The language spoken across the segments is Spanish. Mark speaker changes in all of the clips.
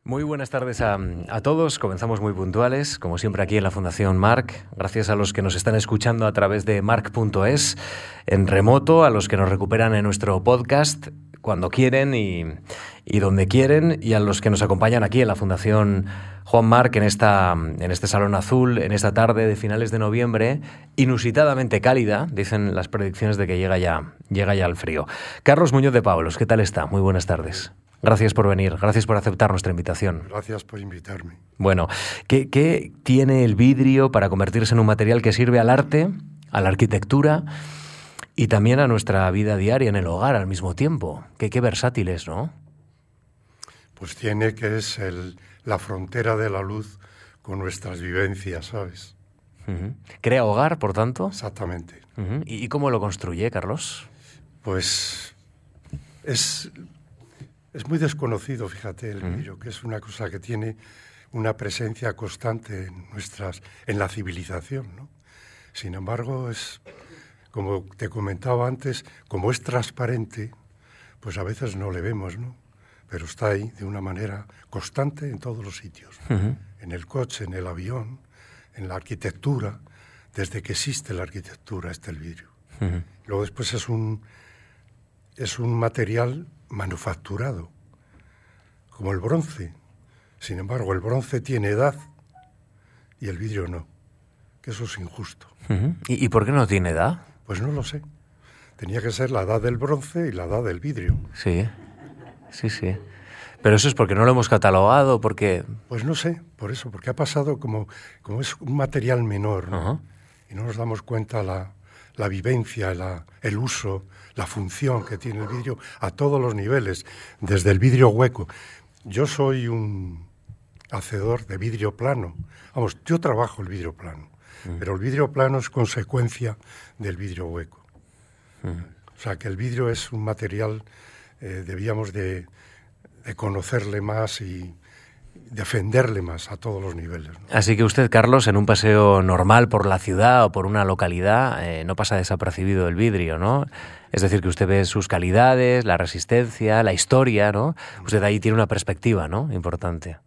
Speaker 1: Muy buenas tardes a todos. Comenzamos muy puntuales, como siempre aquí en la Fundación Marc. Gracias a los que nos están escuchando a través de marc.es, en remoto, a los que nos recuperan en nuestro podcast cuando quieren y donde quieren, y a los que nos acompañan aquí en la Fundación Juan Marc en este Salón Azul, en esta tarde de finales de noviembre, inusitadamente cálida. Dicen las predicciones de que llega ya el frío. Carlos Muñoz de Pablos, ¿qué tal está? Muy buenas tardes. Gracias por venir, gracias por aceptar nuestra invitación.
Speaker 2: Gracias por invitarme.
Speaker 1: Bueno, ¿qué tiene el vidrio para convertirse en un material que sirve al arte, a la arquitectura y también a nuestra vida diaria en el hogar al mismo tiempo? Qué versátil es, ¿no?
Speaker 2: Pues tiene que es la frontera de la luz con nuestras vivencias, ¿sabes?
Speaker 1: Uh-huh. ¿Crea hogar, por tanto?
Speaker 2: Exactamente.
Speaker 1: Uh-huh. ¿Y cómo lo construye, Carlos?
Speaker 2: Pues es muy desconocido, fíjate, el vidrio, que es una cosa que tiene una presencia constante en la civilización, ¿no? Sin embargo, es, como te comentaba antes, como es transparente, pues a veces no le vemos, ¿no? Pero está ahí de una manera constante en todos los sitios. Uh-huh. En el coche, en el avión, en la arquitectura. Desde que existe la arquitectura está el vidrio. Uh-huh. Luego después es un material manufacturado, como el bronce. Sin embargo, el bronce tiene edad y el vidrio no, que eso es injusto.
Speaker 1: Uh-huh. ¿Y por qué no tiene edad?
Speaker 2: Pues no lo sé. Tenía que ser la edad del bronce y la edad del vidrio.
Speaker 1: Sí. Pero eso es porque no lo hemos catalogado, porque...
Speaker 2: Pues no sé, por eso, porque ha pasado como es un material menor, ¿no? Uh-huh. Y no nos damos cuenta la vivencia, el uso, la función que tiene el vidrio a todos los niveles, desde el vidrio hueco. Yo soy un hacedor de vidrio plano. Vamos, yo trabajo el vidrio plano, pero el vidrio plano es consecuencia del vidrio hueco. O sea, que el vidrio es un material, debíamos de conocerle más y defenderle más a todos los niveles, ¿no?
Speaker 1: Así que usted, Carlos, en un paseo normal por la ciudad o por una localidad, no pasa desapercibido el vidrio, ¿no? Es decir, que usted ve sus calidades, la resistencia, la historia, ¿no? Usted ahí tiene una perspectiva, ¿no? Importante.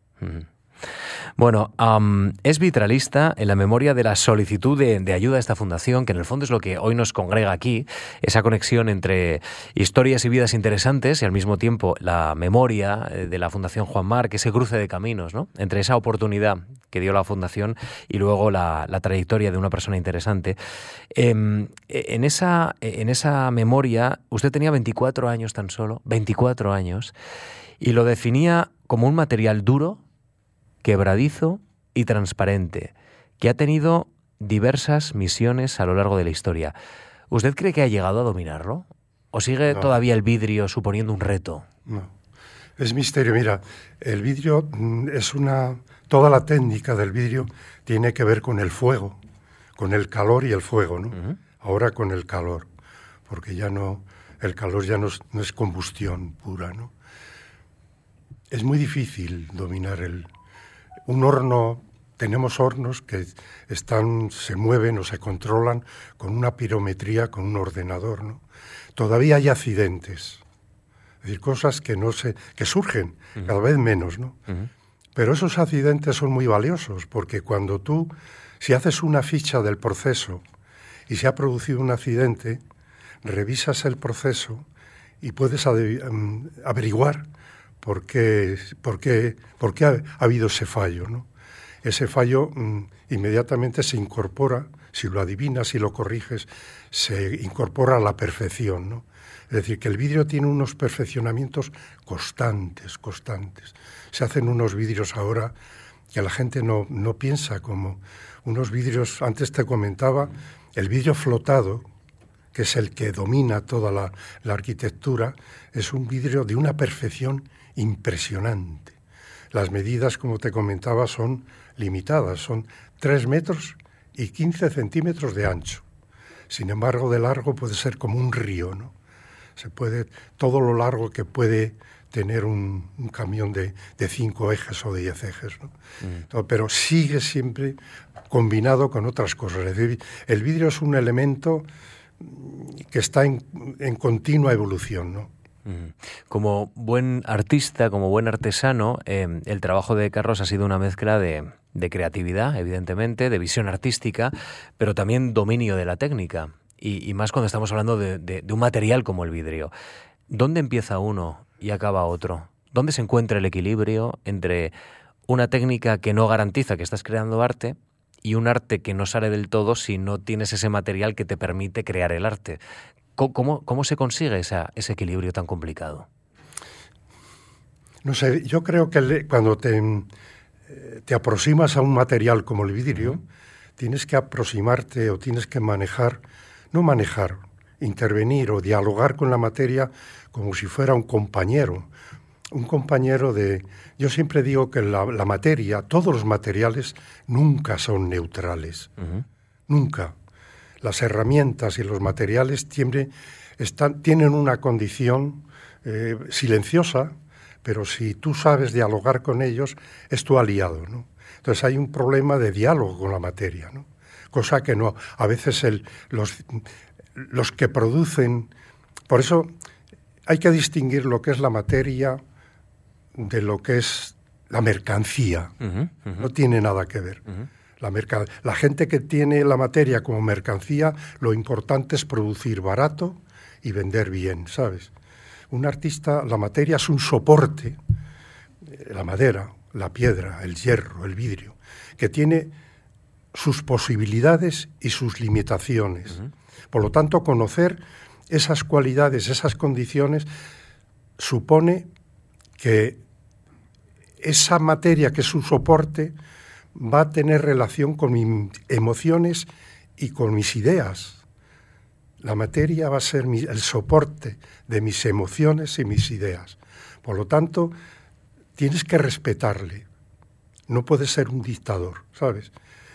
Speaker 1: Bueno, es vitralista en la memoria de la solicitud de ayuda a esta fundación, que en el fondo es lo que hoy nos congrega aquí, esa conexión entre historias y vidas interesantes y al mismo tiempo la memoria de la Fundación Juan Marc, ese cruce de caminos, ¿no? Entre esa oportunidad que dio la fundación y luego la trayectoria de una persona interesante. En esa memoria, usted tenía 24 años tan solo, 24 años, y lo definía como un material duro, quebradizo y transparente, que ha tenido diversas misiones a lo largo de la historia. ¿Usted cree que ha llegado a dominarlo? ¿O sigue todavía el vidrio suponiendo un reto?
Speaker 2: No, es misterio. Mira, el vidrio toda la técnica del vidrio tiene que ver con el fuego, con el calor y el fuego, ¿no? Uh-huh. Ahora con el calor, porque el calor ya no es combustión pura, ¿no? Es muy difícil dominar un horno. Tenemos hornos que se mueven o se controlan con una pirometría, con un ordenador, ¿no? Todavía hay accidentes, es decir, cosas que surgen cada vez menos, ¿no? Uh-huh. Pero esos accidentes son muy valiosos, porque si haces una ficha del proceso y se ha producido un accidente, revisas el proceso y puedes averiguar por qué ha habido ese fallo, ¿no? Ese fallo inmediatamente se incorpora, si lo adivinas, si lo corriges, se incorpora a la perfección, ¿no? Es decir, que el vidrio tiene unos perfeccionamientos constantes. Se hacen unos vidrios ahora que la gente no piensa como unos vidrios. Antes te comentaba, el vidrio flotado, que es el que domina toda la arquitectura, es un vidrio de una perfección impresionante. Las medidas, como te comentaba, son limitadas, son 3 metros y 15 centímetros de ancho. Sin embargo, de largo puede ser como un río, ¿no? Todo lo largo que puede tener un camión de 5 ejes o de 10 ejes, ¿no? Pero sigue siempre combinado con otras cosas. Es decir, el vidrio es un elemento que está en continua evolución, ¿no?
Speaker 1: Como buen artista, como buen artesano, el trabajo de Carlos ha sido una mezcla de creatividad, evidentemente, de visión artística, pero también dominio de la técnica. Y más cuando estamos hablando de un material como el vidrio. ¿Dónde empieza uno y acaba otro? ¿Dónde se encuentra el equilibrio entre una técnica que no garantiza que estás creando arte y un arte que no sale del todo si no tienes ese material que te permite crear el arte? ¿Cómo se consigue ese equilibrio tan complicado?
Speaker 2: No sé, yo creo que cuando te aproximas a un material como el vidrio, tienes que aproximarte o tienes que intervenir o dialogar con la materia como si fuera un compañero de... Yo siempre digo que la materia, todos los materiales nunca son neutrales, nunca. Las herramientas y los materiales tienen una condición silenciosa, pero si tú sabes dialogar con ellos, es tu aliado, ¿no? Entonces hay un problema de diálogo con la materia, ¿no? Cosa que no, a veces los que producen... Por eso hay que distinguir lo que es la materia de lo que es la mercancía. No tiene nada que ver. La gente que tiene la materia como mercancía, lo importante es producir barato y vender bien, ¿sabes? Un artista, la materia es un soporte, la madera, la piedra, el hierro, el vidrio, que tiene sus posibilidades y sus limitaciones. Por lo tanto, conocer esas cualidades, esas condiciones, supone que esa materia que es un soporte va a tener relación con mis emociones y con mis ideas. La materia va a ser el soporte de mis emociones y mis ideas. Por lo tanto, tienes que respetarle. No puedes ser un dictador, ¿sabes?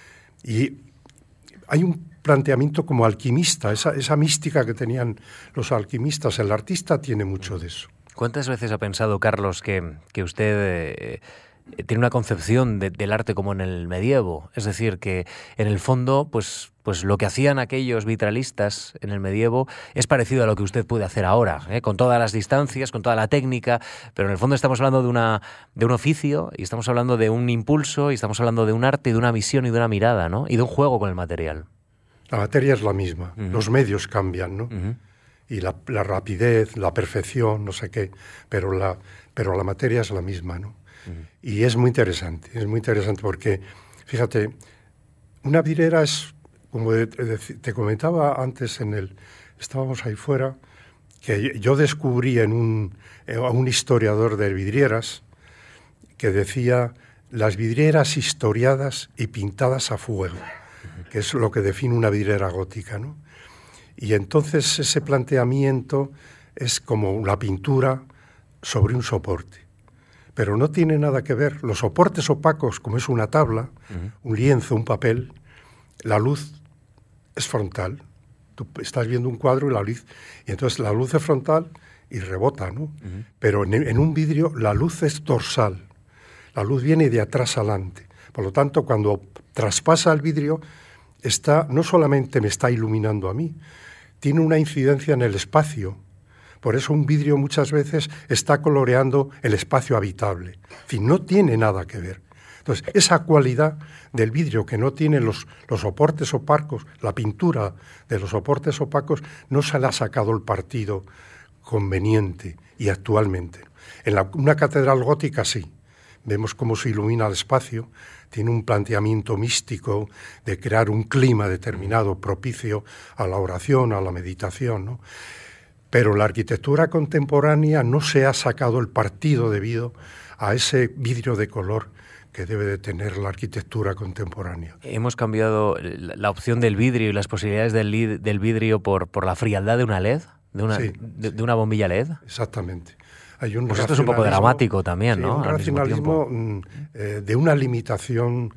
Speaker 2: Y hay un planteamiento como alquimista, esa mística que tenían los alquimistas. El artista tiene mucho de eso.
Speaker 1: ¿Cuántas veces ha pensado, Carlos, que usted tiene una concepción del arte como en el medievo? Es decir, que en el fondo, pues lo que hacían aquellos vitralistas en el medievo es parecido a lo que usted puede hacer ahora, con todas las distancias, con toda la técnica, pero en el fondo estamos hablando de un oficio, y estamos hablando de un impulso, y estamos hablando de un arte, y de una visión y de una mirada, ¿no? Y de un juego con el material.
Speaker 2: La materia es la misma, los medios cambian, ¿no? Y la rapidez, la perfección, no sé qué, pero la materia es la misma, ¿no? Y es muy interesante porque, fíjate, una vidriera es, como te comentaba antes estábamos ahí fuera, que yo descubrí a un historiador de vidrieras que decía las vidrieras historiadas y pintadas a fuego, que es lo que define una vidriera gótica, ¿no? Y entonces ese planteamiento es como la pintura sobre un soporte. Pero no tiene nada que ver. Los soportes opacos, como es una tabla, un lienzo, un papel, la luz es frontal. Tú estás viendo un cuadro y entonces la luz es frontal y rebota, ¿no? Pero en un vidrio la luz es dorsal. La luz viene de atrás adelante. Por lo tanto, cuando traspasa el vidrio, no solamente me está iluminando a mí, tiene una incidencia en el espacio. Por eso un vidrio muchas veces está coloreando el espacio habitable. En fin, no tiene nada que ver. Entonces, esa cualidad del vidrio que no tiene los soportes opacos, la pintura de los soportes opacos, no se le ha sacado el partido conveniente y actualmente. En una catedral gótica sí. Vemos cómo se ilumina el espacio, tiene un planteamiento místico de crear un clima determinado propicio a la oración, a la meditación, ¿no? Pero la arquitectura contemporánea no se ha sacado el partido debido a ese vidrio de color que debe de tener la arquitectura contemporánea.
Speaker 1: Hemos cambiado la opción del vidrio y las posibilidades del vidrio por la frialdad de una LED, de una bombilla LED.
Speaker 2: Exactamente.
Speaker 1: Pues esto es un poco dramático también, ¿no?
Speaker 2: Un racionalismo de una limitación.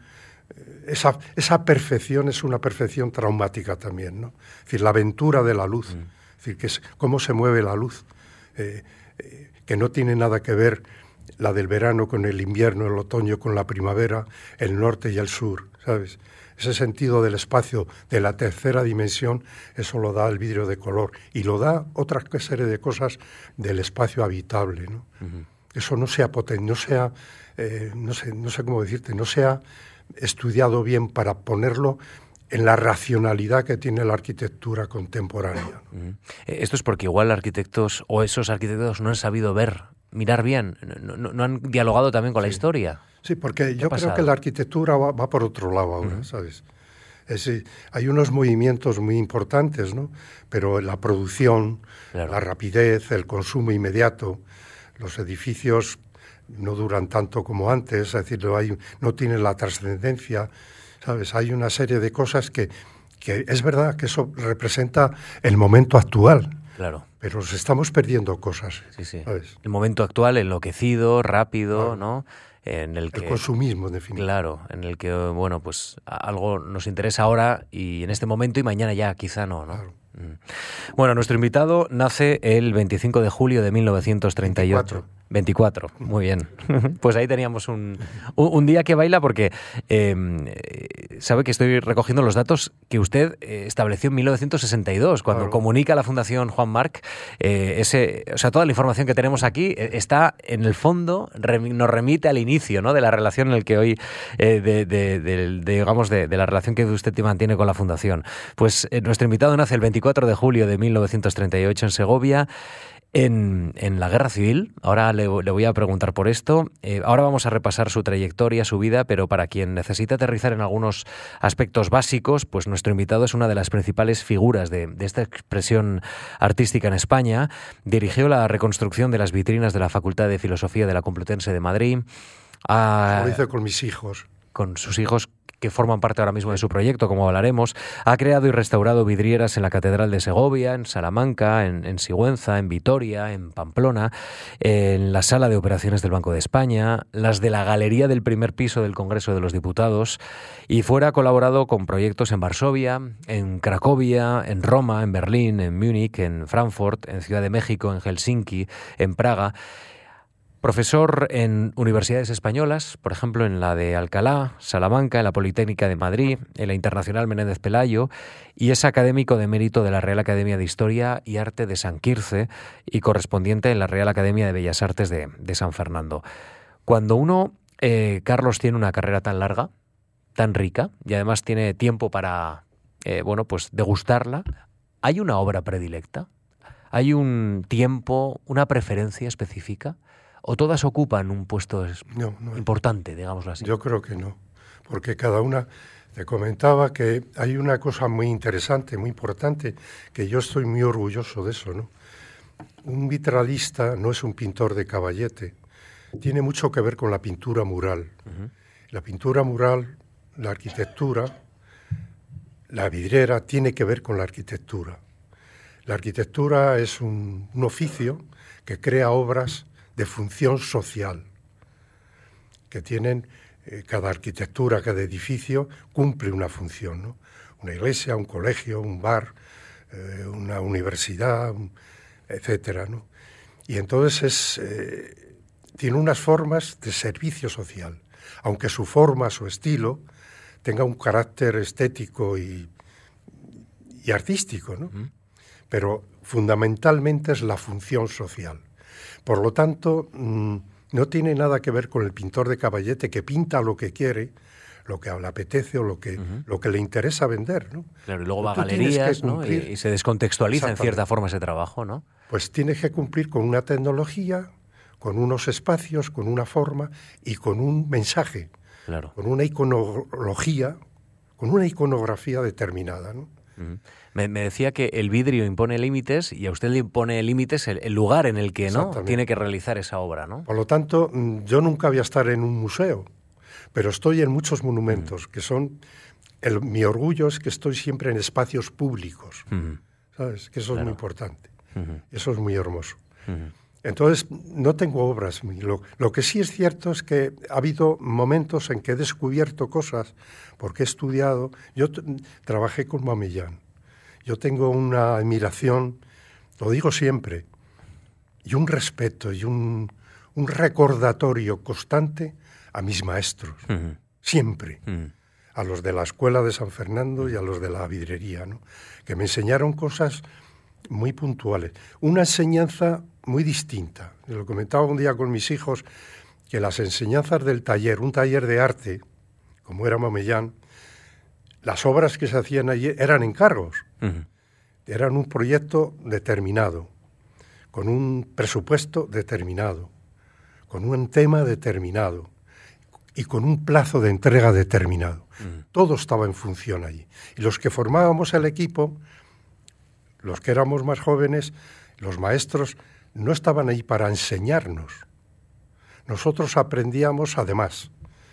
Speaker 2: Esa perfección es una perfección traumática también, ¿no? Es decir, la aventura de la luz. Es decir, cómo se mueve la luz, que no tiene nada que ver la del verano con el invierno, el otoño con la primavera, el norte y el sur, ¿sabes? Ese sentido del espacio, de la tercera dimensión, eso lo da el vidrio de color y lo da otra serie de cosas del espacio habitable, ¿no? Eso no sea potente, no sé cómo decirte, no se ha estudiado bien para ponerlo en la racionalidad que tiene la arquitectura contemporánea.
Speaker 1: Esto es porque igual arquitectos o esos arquitectos no han sabido mirar bien, no han dialogado también con la historia.
Speaker 2: Sí, porque yo creo que la arquitectura va por otro lado ahora, ¿sabes? Hay unos movimientos muy importantes, ¿no? Pero la producción, la rapidez, el consumo inmediato, los edificios no duran tanto como antes, es decir, no tienen la trascendencia, ¿sabes? Hay una serie de cosas que es verdad que eso representa el momento actual.
Speaker 1: Claro.
Speaker 2: Pero nos estamos perdiendo cosas.
Speaker 1: Sí, sí.
Speaker 2: ¿Sabes?
Speaker 1: El momento actual, enloquecido, rápido, ¿no? En el
Speaker 2: consumismo, en definitiva.
Speaker 1: Claro, en el que, bueno, pues algo nos interesa ahora y en este momento y mañana ya quizá no, ¿no?
Speaker 2: Claro.
Speaker 1: Bueno, nuestro invitado nace el 25 de julio de 1938. 24, muy bien. Pues ahí teníamos un día que baila porque sabe que estoy recogiendo los datos que usted estableció en 1962, cuando comunica a la Fundación Juan March. Toda la información que tenemos aquí está, en el fondo, nos remite al inicio, ¿no?, de la relación en el que hoy, de la relación que usted mantiene con la Fundación. Pues nuestro invitado nace el 24 de julio de 1938 en Segovia, en la Guerra Civil. Ahora le voy a preguntar por esto. Ahora vamos a repasar su trayectoria, su vida, pero para quien necesita aterrizar en algunos aspectos básicos, pues nuestro invitado es una de las principales figuras de esta expresión artística en España. Dirigió la reconstrucción de las vitrinas de la Facultad de Filosofía de la Complutense de Madrid.
Speaker 2: Lo hice con mis hijos.
Speaker 1: Con sus hijos, que forman parte ahora mismo de su proyecto, como hablaremos. Ha creado y restaurado vidrieras en la Catedral de Segovia, en Salamanca, en Sigüenza, en Vitoria, en Pamplona, en la Sala de Operaciones del Banco de España, las de la Galería del primer piso del Congreso de los Diputados, y fuera ha colaborado con proyectos en Varsovia, en Cracovia, en Roma, en Berlín, en Múnich, en Frankfurt, en Ciudad de México, en Helsinki, en Praga. Profesor en universidades españolas, por ejemplo en la de Alcalá, Salamanca, en la Politécnica de Madrid, en la Internacional Menéndez Pelayo, y es académico de mérito de la Real Academia de Historia y Arte de San Quirce y correspondiente en la Real Academia de Bellas Artes de San Fernando. Cuando uno, Carlos, tiene una carrera tan larga, tan rica, y además tiene tiempo para, degustarla, ¿hay una obra predilecta? ¿Hay un tiempo, una preferencia específica? ¿O todas ocupan un puesto importante, digámoslo así?
Speaker 2: Yo creo que no, porque cada una... Te comentaba que hay una cosa muy interesante, muy importante, que yo estoy muy orgulloso de eso, ¿no? Un vitralista no es un pintor de caballete, tiene mucho que ver con la pintura mural. Uh-huh. La pintura mural, la arquitectura, la vidriera, tiene que ver con la arquitectura. La arquitectura es un oficio que crea obras de función social, que tienen, cada arquitectura, cada edificio cumple una función, ¿no? Una iglesia, un colegio, un bar, una universidad, etcétera, ¿no? Y entonces tiene unas formas de servicio social, aunque su forma, su estilo, tenga un carácter estético y artístico, ¿no? Pero fundamentalmente es la función social. Por lo tanto, no tiene nada que ver con el pintor de caballete que pinta lo que quiere, lo que le apetece o lo que le interesa vender, ¿no?
Speaker 1: Claro, y luego va a galerías, ¿no? Y se descontextualiza en cierta forma ese trabajo, ¿no?
Speaker 2: Pues tienes que cumplir con una tecnología, con unos espacios, con una forma y con un mensaje,
Speaker 1: claro,
Speaker 2: con una iconología, con una iconografía determinada, ¿no?
Speaker 1: Me decía que el vidrio impone límites y a usted le impone límites el lugar en el que, ¿no?, tiene que realizar esa obra, ¿no?
Speaker 2: Por lo tanto, yo nunca voy a estar en un museo, pero estoy en muchos monumentos que son... mi orgullo es que estoy siempre en espacios públicos, ¿sabes? Que eso es muy importante. Eso es muy hermoso. Entonces, no tengo obras. Lo que sí es cierto es que ha habido momentos en que he descubierto cosas, porque he estudiado. Yo trabajé con Mamellán. Yo tengo una admiración, lo digo siempre, y un respeto y un un recordatorio constante a mis maestros, siempre, a los de la escuela de San Fernando y a los de la vidrería, ¿no? Que me enseñaron cosas muy puntuales. Una enseñanza muy distinta. Lo comentaba un día con mis hijos, que las enseñanzas del taller, un taller de arte, como era Mamellán, las obras que se hacían allí eran encargos. Eran un proyecto determinado, con un presupuesto determinado, con un tema determinado y con un plazo de entrega determinado. Todo estaba en función allí. Y los que formábamos el equipo, los que éramos más jóvenes, los maestros, no estaban ahí para enseñarnos. Nosotros aprendíamos además.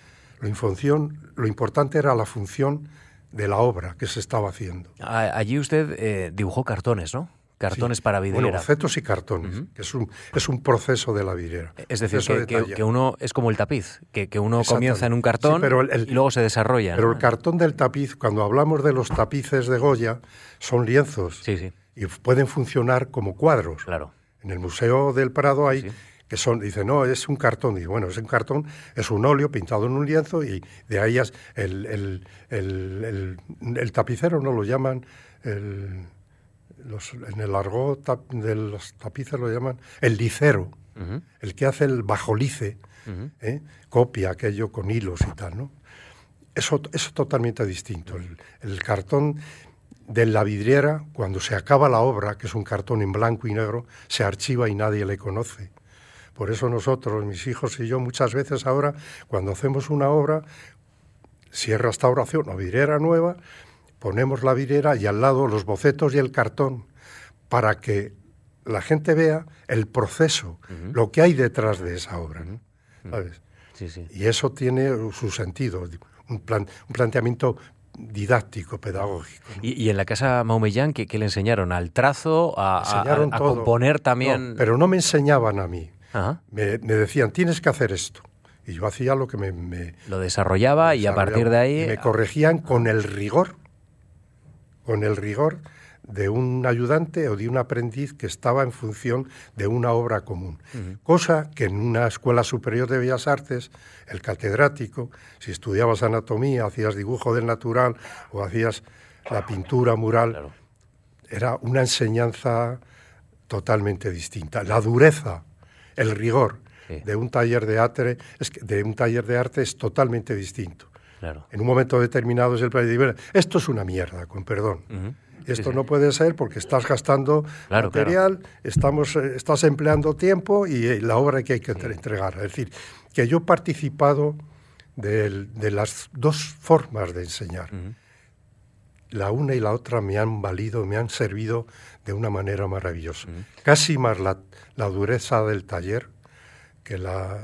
Speaker 2: Lo importante era la función de la obra que se estaba haciendo.
Speaker 1: Allí usted dibujó cartones, ¿no? Cartones para vidriera.
Speaker 2: Bueno, bocetos y cartones, que es un proceso de la vidriera.
Speaker 1: Es decir, que uno es como el tapiz, que uno comienza en un cartón,
Speaker 2: sí, pero
Speaker 1: y luego se desarrolla.
Speaker 2: Pero
Speaker 1: ¿no?
Speaker 2: el cartón del tapiz, cuando hablamos de los tapices de Goya, son lienzos.
Speaker 1: Sí.
Speaker 2: Y pueden funcionar como cuadros.
Speaker 1: Claro.
Speaker 2: En el Museo del Prado hay que son, dice, no, es un cartón. Dice, bueno, es un cartón, es un óleo pintado en un lienzo y de ahí el tapicero no lo llaman, en el argot de los tapices lo llaman el licero, el que hace el bajolice, copia aquello con hilos y tal, ¿no? Eso es totalmente distinto. El cartón de la vidriera, cuando se acaba la obra, que es un cartón en blanco y negro, se archiva y nadie le conoce. Por eso nosotros, mis hijos y yo, muchas veces ahora, cuando hacemos una obra, si es restauración o vidriera nueva, ponemos la vidriera y al lado los bocetos y el cartón, para que la gente vea el proceso, lo que hay detrás de esa obra, ¿no? ¿Sabes?
Speaker 1: Sí.
Speaker 2: Y eso tiene su sentido, un planteamiento didáctico, pedagógico, ¿no?
Speaker 1: ¿Y en la casa Maumellán qué le enseñaron? ¿Al trazo? ¿A componer también?
Speaker 2: No, pero no me enseñaban a mí.
Speaker 1: Ajá.
Speaker 2: Me decían, tienes que hacer esto. Y yo hacía lo que
Speaker 1: lo desarrollaba y a partir de ahí...
Speaker 2: Y me corregían con el rigor de un ayudante o de un aprendiz que estaba en función de una obra común. Cosa que en una escuela superior de Bellas Artes, el catedrático, si estudiabas anatomía, hacías dibujo del natural o hacías la pintura mural, claro, era una enseñanza totalmente distinta. La dureza, el rigor de un taller de arte es totalmente distinto.
Speaker 1: Claro. En
Speaker 2: un momento determinado es el plan de decir, esto es una mierda, con perdón. Esto no puede ser porque estás gastando material, estás empleando tiempo y la obra que hay que entregar. Es decir, que yo he participado de las dos formas de enseñar. La una y la otra me han valido, me han servido de una manera maravillosa. Casi más la dureza del taller que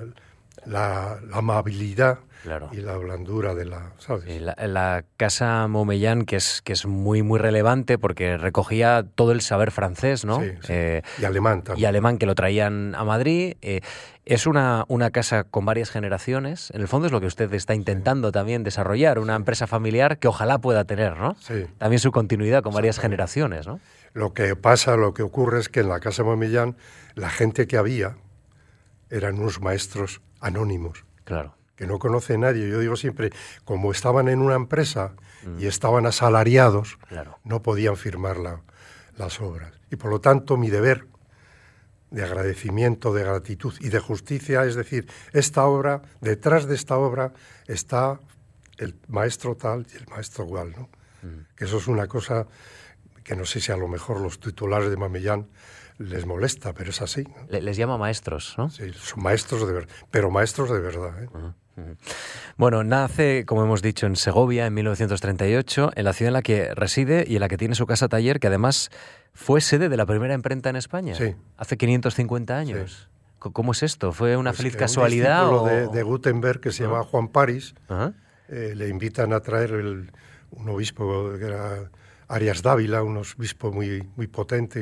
Speaker 2: la amabilidad, claro, y la blandura de la, ¿sabes?
Speaker 1: Sí, la casa Maumellán, que es muy, muy relevante porque recogía todo el saber francés, ¿no?
Speaker 2: Sí. Y alemán también.
Speaker 1: Y alemán, que lo traían a Madrid. Es una casa con varias generaciones. En el fondo es lo que usted está intentando también desarrollar, una empresa familiar que ojalá pueda tener, ¿no?
Speaker 2: Sí.
Speaker 1: También su continuidad con varias generaciones, ¿no?
Speaker 2: Lo que ocurre es que en la casa Maumellán la gente que había eran unos maestros anónimos.
Speaker 1: Claro.
Speaker 2: Que no conoce nadie. Yo digo siempre, como estaban en una empresa y estaban asalariados, claro, no podían firmar las obras. Y por lo tanto, mi deber de agradecimiento, de gratitud y de justicia, es decir, esta obra, detrás de esta obra está el maestro tal y el maestro igual, ¿no? Que eso es una cosa que no sé si a lo mejor los titulares de Maumellán les molesta, pero es así, ¿no?
Speaker 1: Les llama maestros, ¿no?
Speaker 2: Sí, son maestros de verdad, pero maestros de verdad, ¿eh?
Speaker 1: Bueno, nace, como hemos dicho, en Segovia en 1938, en la ciudad en la que reside y en la que tiene su casa taller, que además fue sede de la primera imprenta en España,
Speaker 2: sí,
Speaker 1: hace 550 años. Sí. ¿Cómo es esto? ¿Fue una feliz
Speaker 2: casualidad? Un
Speaker 1: discípulo
Speaker 2: de Gutenberg que se llamaba Juan Paris, le invitan a traer un obispo que era Arias Dávila, un obispo muy, muy potente y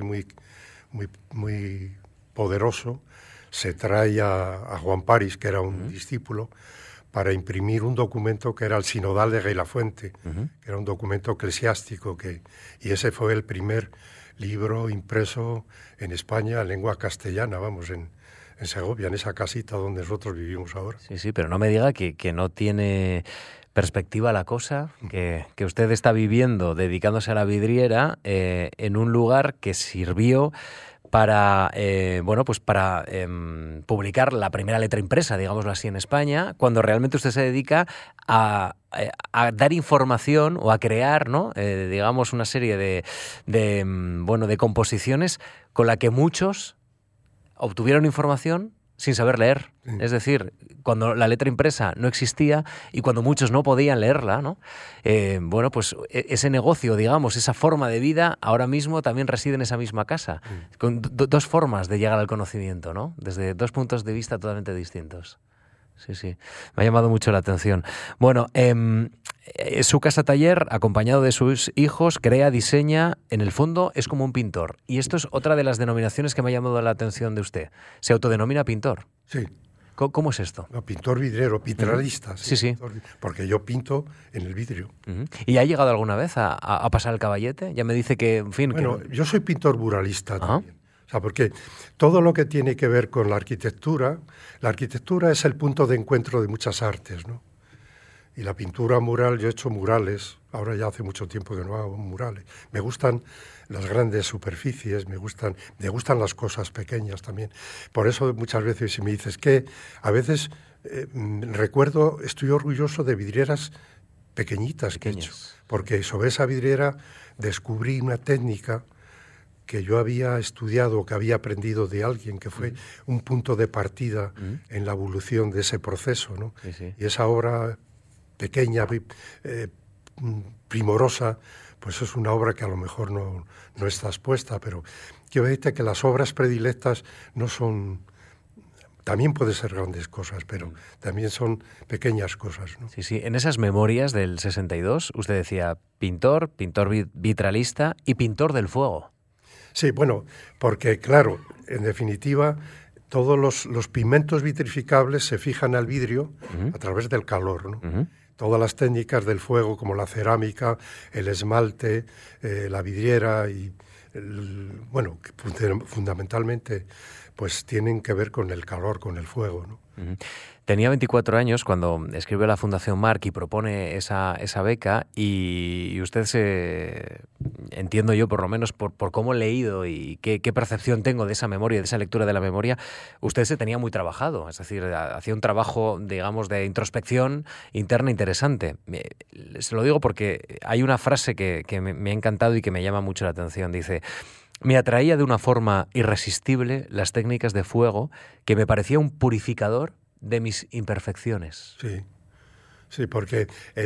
Speaker 2: muy poderoso. Se trae a Juan Paris, que era un discípulo, para imprimir un documento que era el Sinodal de Gailafuente, que era un documento eclesiástico, y ese fue el primer libro impreso en España en lengua castellana, vamos, en en Segovia, en esa casita donde nosotros vivimos ahora.
Speaker 1: Sí, sí, pero no me diga que no tiene perspectiva la cosa, que usted está viviendo, dedicándose a la vidriera, en un lugar que sirvió para publicar la primera letra impresa, digámoslo así, en España, cuando realmente usted se dedica a dar información o a crear, ¿no? Digamos, una serie de composiciones con la que muchos obtuvieron información sin saber leer. Sí. Es decir, cuando la letra impresa no existía y cuando muchos no podían leerla, ¿no? Pues ese negocio, digamos, esa forma de vida, ahora mismo también reside en esa misma casa, con dos formas de llegar al conocimiento, ¿no? Desde dos puntos de vista totalmente distintos. Sí, sí. Me ha llamado mucho la atención. Bueno, su casa taller, acompañado de sus hijos, crea, diseña, en el fondo es como un pintor. Y esto es otra de las denominaciones que me ha llamado la atención de usted. ¿Se autodenomina pintor?
Speaker 2: Sí.
Speaker 1: ¿Cómo es esto?
Speaker 2: No, pintor vidriero, vitralista.
Speaker 1: Sí, sí.
Speaker 2: Porque yo pinto en el vidrio.
Speaker 1: ¿Y ha llegado alguna vez a pasar el caballete? Ya me dice que, en fin...
Speaker 2: Bueno, yo soy pintor muralista también. O sea, porque todo lo que tiene que ver con la arquitectura es el punto de encuentro de muchas artes, ¿no? Y la pintura mural, yo he hecho murales, ahora ya hace mucho tiempo que no hago murales. Me gustan las grandes superficies, me gustan las cosas pequeñas también. Por eso muchas veces si me dices que a veces recuerdo, estoy orgulloso de vidrieras pequeñitas que he hecho, porque sobre esa vidriera descubrí una técnica que yo había estudiado, que había aprendido de alguien, que fue un punto de partida en la evolución de ese proceso, ¿no? Sí, sí. Y esa obra pequeña, primorosa, pues es una obra que a lo mejor no está expuesta, pero quiero decirte que las obras predilectas no son... También pueden ser grandes cosas, pero también son pequeñas cosas, ¿no?
Speaker 1: Sí, sí. En esas memorias del 62, usted decía pintor vitralista y pintor del fuego.
Speaker 2: Sí, bueno, porque claro, en definitiva, todos los pigmentos vitrificables se fijan al vidrio a través del calor, ¿no? Todas las técnicas del fuego, como la cerámica, el esmalte, la vidriera, y que fundamentalmente pues tienen que ver con el calor, con el fuego, ¿no?
Speaker 1: Tenía 24 años cuando escribe la Fundación Marc y propone esa beca, y usted entiendo yo, por lo menos por cómo he leído y qué percepción tengo de esa memoria, de esa lectura de la memoria, usted se tenía muy trabajado, es decir, hacía un trabajo, digamos, de introspección interna interesante. Se lo digo porque hay una frase que me ha encantado y que me llama mucho la atención. Dice: me atraía de una forma irresistible las técnicas de fuego, que me parecía un purificador de mis imperfecciones.
Speaker 2: Sí, sí, porque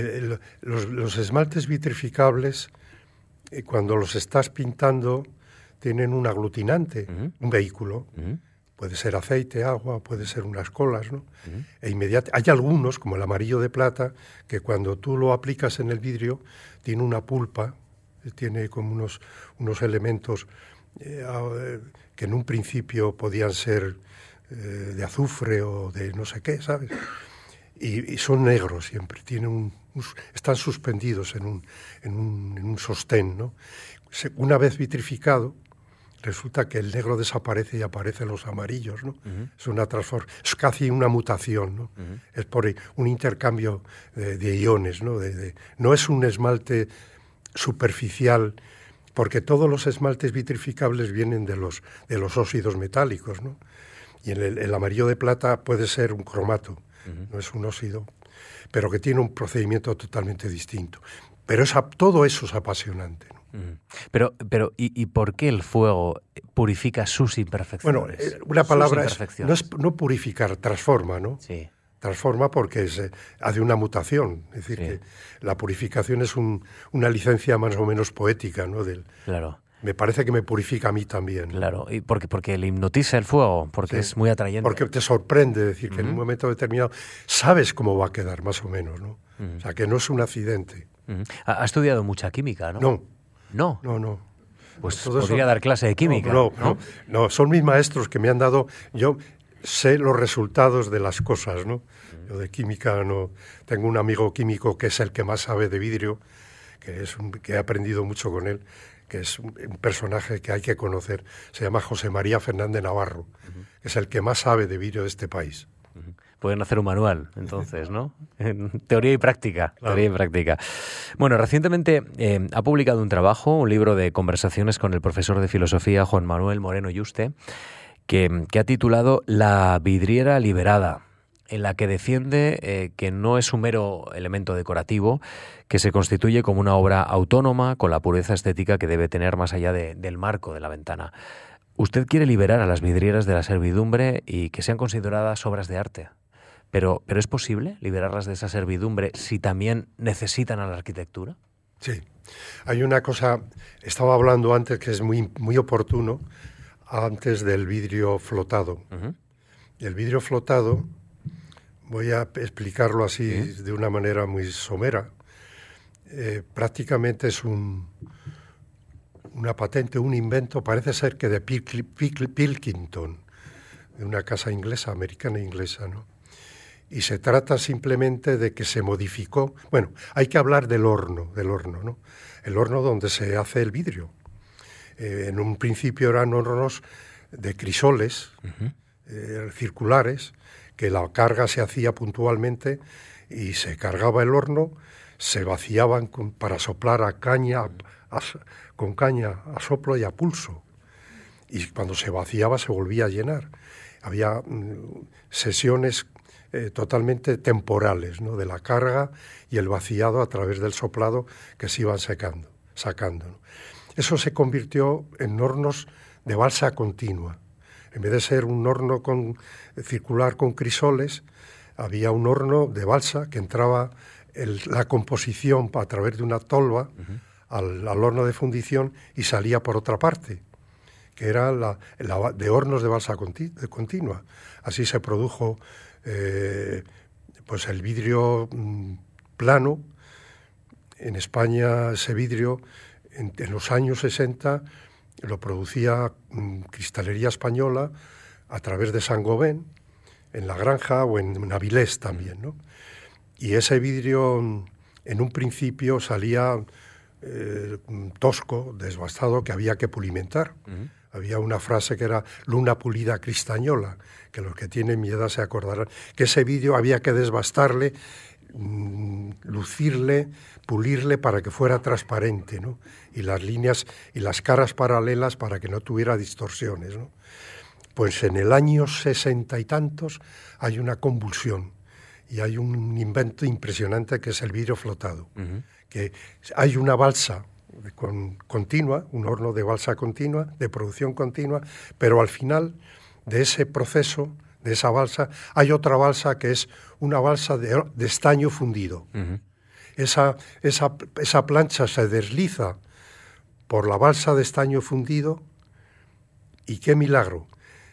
Speaker 2: los esmaltes vitrificables, cuando los estás pintando, tienen un aglutinante, un vehículo. Puede ser aceite, agua, puede ser unas colas, ¿no? Hay algunos, como el amarillo de plata, que cuando tú lo aplicas en el vidrio, tiene una pulpa, tiene como unos elementos que en un principio podían ser de azufre o de no sé qué, ¿sabes? Y son negros siempre, están suspendidos en un sostén, ¿no? Una vez vitrificado, resulta que el negro desaparece y aparecen los amarillos, ¿no? Es casi una mutación, ¿no? Es por un intercambio de iones, ¿no? No es un esmalte superficial, porque todos los esmaltes vitrificables vienen de los óxidos metálicos, ¿no? Y el amarillo de plata puede ser un cromato, no es un óxido, pero que tiene un procedimiento totalmente distinto. Pero todo eso es apasionante, ¿no?
Speaker 1: Pero ¿y por qué el fuego purifica sus imperfecciones?
Speaker 2: Bueno, una palabra no purificar, transforma, ¿no?
Speaker 1: Sí.
Speaker 2: Transforma porque hace una mutación. Es decir, que la purificación es una licencia más o menos poética, ¿no?
Speaker 1: Claro.
Speaker 2: Me parece que me purifica a mí también.
Speaker 1: Claro, y porque le hipnotiza el fuego, porque es muy atrayente.
Speaker 2: Porque te sorprende, decir, que en un momento determinado sabes cómo va a quedar, más o menos, ¿no? O sea, que no es un accidente.
Speaker 1: Ha estudiado mucha química, ¿no?
Speaker 2: No.
Speaker 1: Pues podría dar clase de química.
Speaker 2: No, son mis maestros que me han dado... Yo sé los resultados de las cosas, ¿no? Yo de química no... Tengo un amigo químico que es el que más sabe de vidrio, que he aprendido mucho con él, que es un personaje que hay que conocer. Se llama José María Fernández Navarro, que es el que más sabe de vidrio de este país.
Speaker 1: Pueden hacer un manual, entonces, ¿no? Teoría y práctica.
Speaker 2: Claro.
Speaker 1: Teoría y práctica. Bueno, recientemente ha publicado un trabajo, un libro de conversaciones con el profesor de filosofía Juan Manuel Moreno Yuste, que ha titulado La vidriera liberada, en la que defiende que no es un mero elemento decorativo, que se constituye como una obra autónoma con la pureza estética que debe tener más allá del marco de la ventana. Usted quiere liberar a las vidrieras de la servidumbre y que sean consideradas obras de arte. ¿Pero es posible liberarlas de esa servidumbre si también necesitan a la arquitectura?
Speaker 2: Sí. Hay una cosa, estaba hablando antes que es muy, muy oportuno, antes del vidrio flotado.
Speaker 1: Uh-huh.
Speaker 2: El vidrio flotado, voy a explicarlo así de una manera muy somera, prácticamente es una patente, un invento, parece ser que de Pilkington, de una casa inglesa, americana inglesa, ¿no? Y se trata simplemente de que se modificó. Bueno, hay que hablar del horno, ¿no? El horno donde se hace el vidrio. En un principio eran hornos de crisoles, circulares, que la carga se hacía puntualmente y se cargaba el horno, se vaciaban para soplar con caña a soplo y a pulso. Y cuando se vaciaba se volvía a llenar. Había sesiones totalmente temporales, ¿no? De la carga y el vaciado a través del soplado que se iban sacando, ¿no? Eso se convirtió en hornos de balsa continua. En vez de ser un horno circular con crisoles, había un horno de balsa que entraba la composición a través de una tolva al horno de fundición y salía por otra parte, que era de hornos de balsa continua. Así se produjo pues el vidrio plano. En España ese vidrio en los años 60 lo producía Cristalería Española a través de Saint-Gobain, en La Granja o en Avilés también, ¿no? Y ese vidrio en un principio salía tosco, desbastado, que había que pulimentar. Había una frase que era luna pulida cristañola, que los que tienen miedo se acordarán, que ese vidrio había que desbastarle, lucirle, pulirle para que fuera transparente, ¿no? Y las líneas y las caras paralelas para que no tuviera distorsiones, ¿no? Pues en el año 60 y tantos hay una convulsión y hay un invento impresionante que es el vidrio flotado, que hay una balsa continua, un horno de balsa continua, de producción continua, pero al final de ese proceso, de esa balsa, hay otra balsa que es una balsa de estaño fundido. Esa plancha se desliza por la balsa de estaño fundido y qué milagro.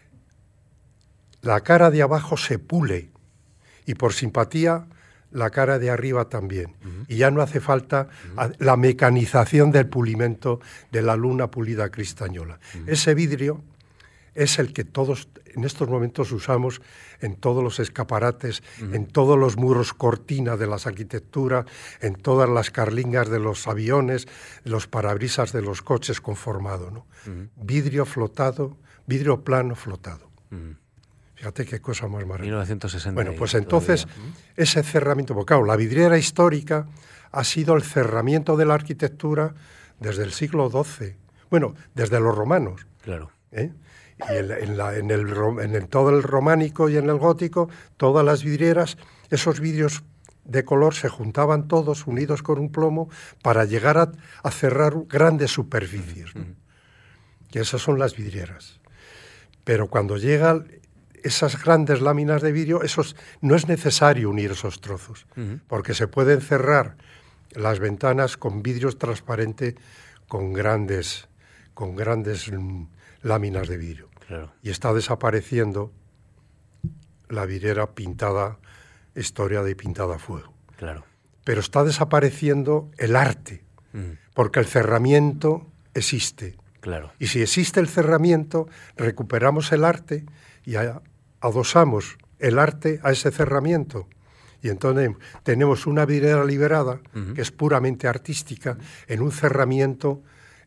Speaker 2: La cara de abajo se pule y por simpatía la cara de arriba también. Y ya no hace falta la mecanización del pulimento de la luna pulida cristañola. Ese vidrio es el que todos en estos momentos usamos en todos los escaparates, en todos los muros cortina de las arquitecturas, en todas las carlingas de los aviones, los parabrisas de los coches conformado, ¿no? Vidrio flotado, vidrio plano flotado. Fíjate qué cosa más maravillosa.
Speaker 1: 1960.
Speaker 2: Bueno, pues entonces ese cerramiento, porque claro, la vidriera histórica ha sido el cerramiento de la arquitectura desde el siglo XII. Bueno, desde los romanos.
Speaker 1: Claro.
Speaker 2: Y en todo el románico y en el gótico, todas las vidrieras, esos vidrios de color se juntaban todos unidos con un plomo para llegar a cerrar grandes superficies, ¿no? Que esas son las vidrieras. Pero cuando llegan esas grandes láminas de vidrio, no es necesario unir esos trozos, porque se pueden cerrar las ventanas con vidrios transparentes con grandes láminas de vidrio.
Speaker 1: Claro.
Speaker 2: Y está desapareciendo la vidriera pintada, historiada y pintada a fuego.
Speaker 1: Claro.
Speaker 2: Pero está desapareciendo el arte, porque el cerramiento existe.
Speaker 1: Claro.
Speaker 2: Y si existe el cerramiento, recuperamos el arte y adosamos el arte a ese cerramiento. Y entonces tenemos una vidriera liberada, que es puramente artística, en un cerramiento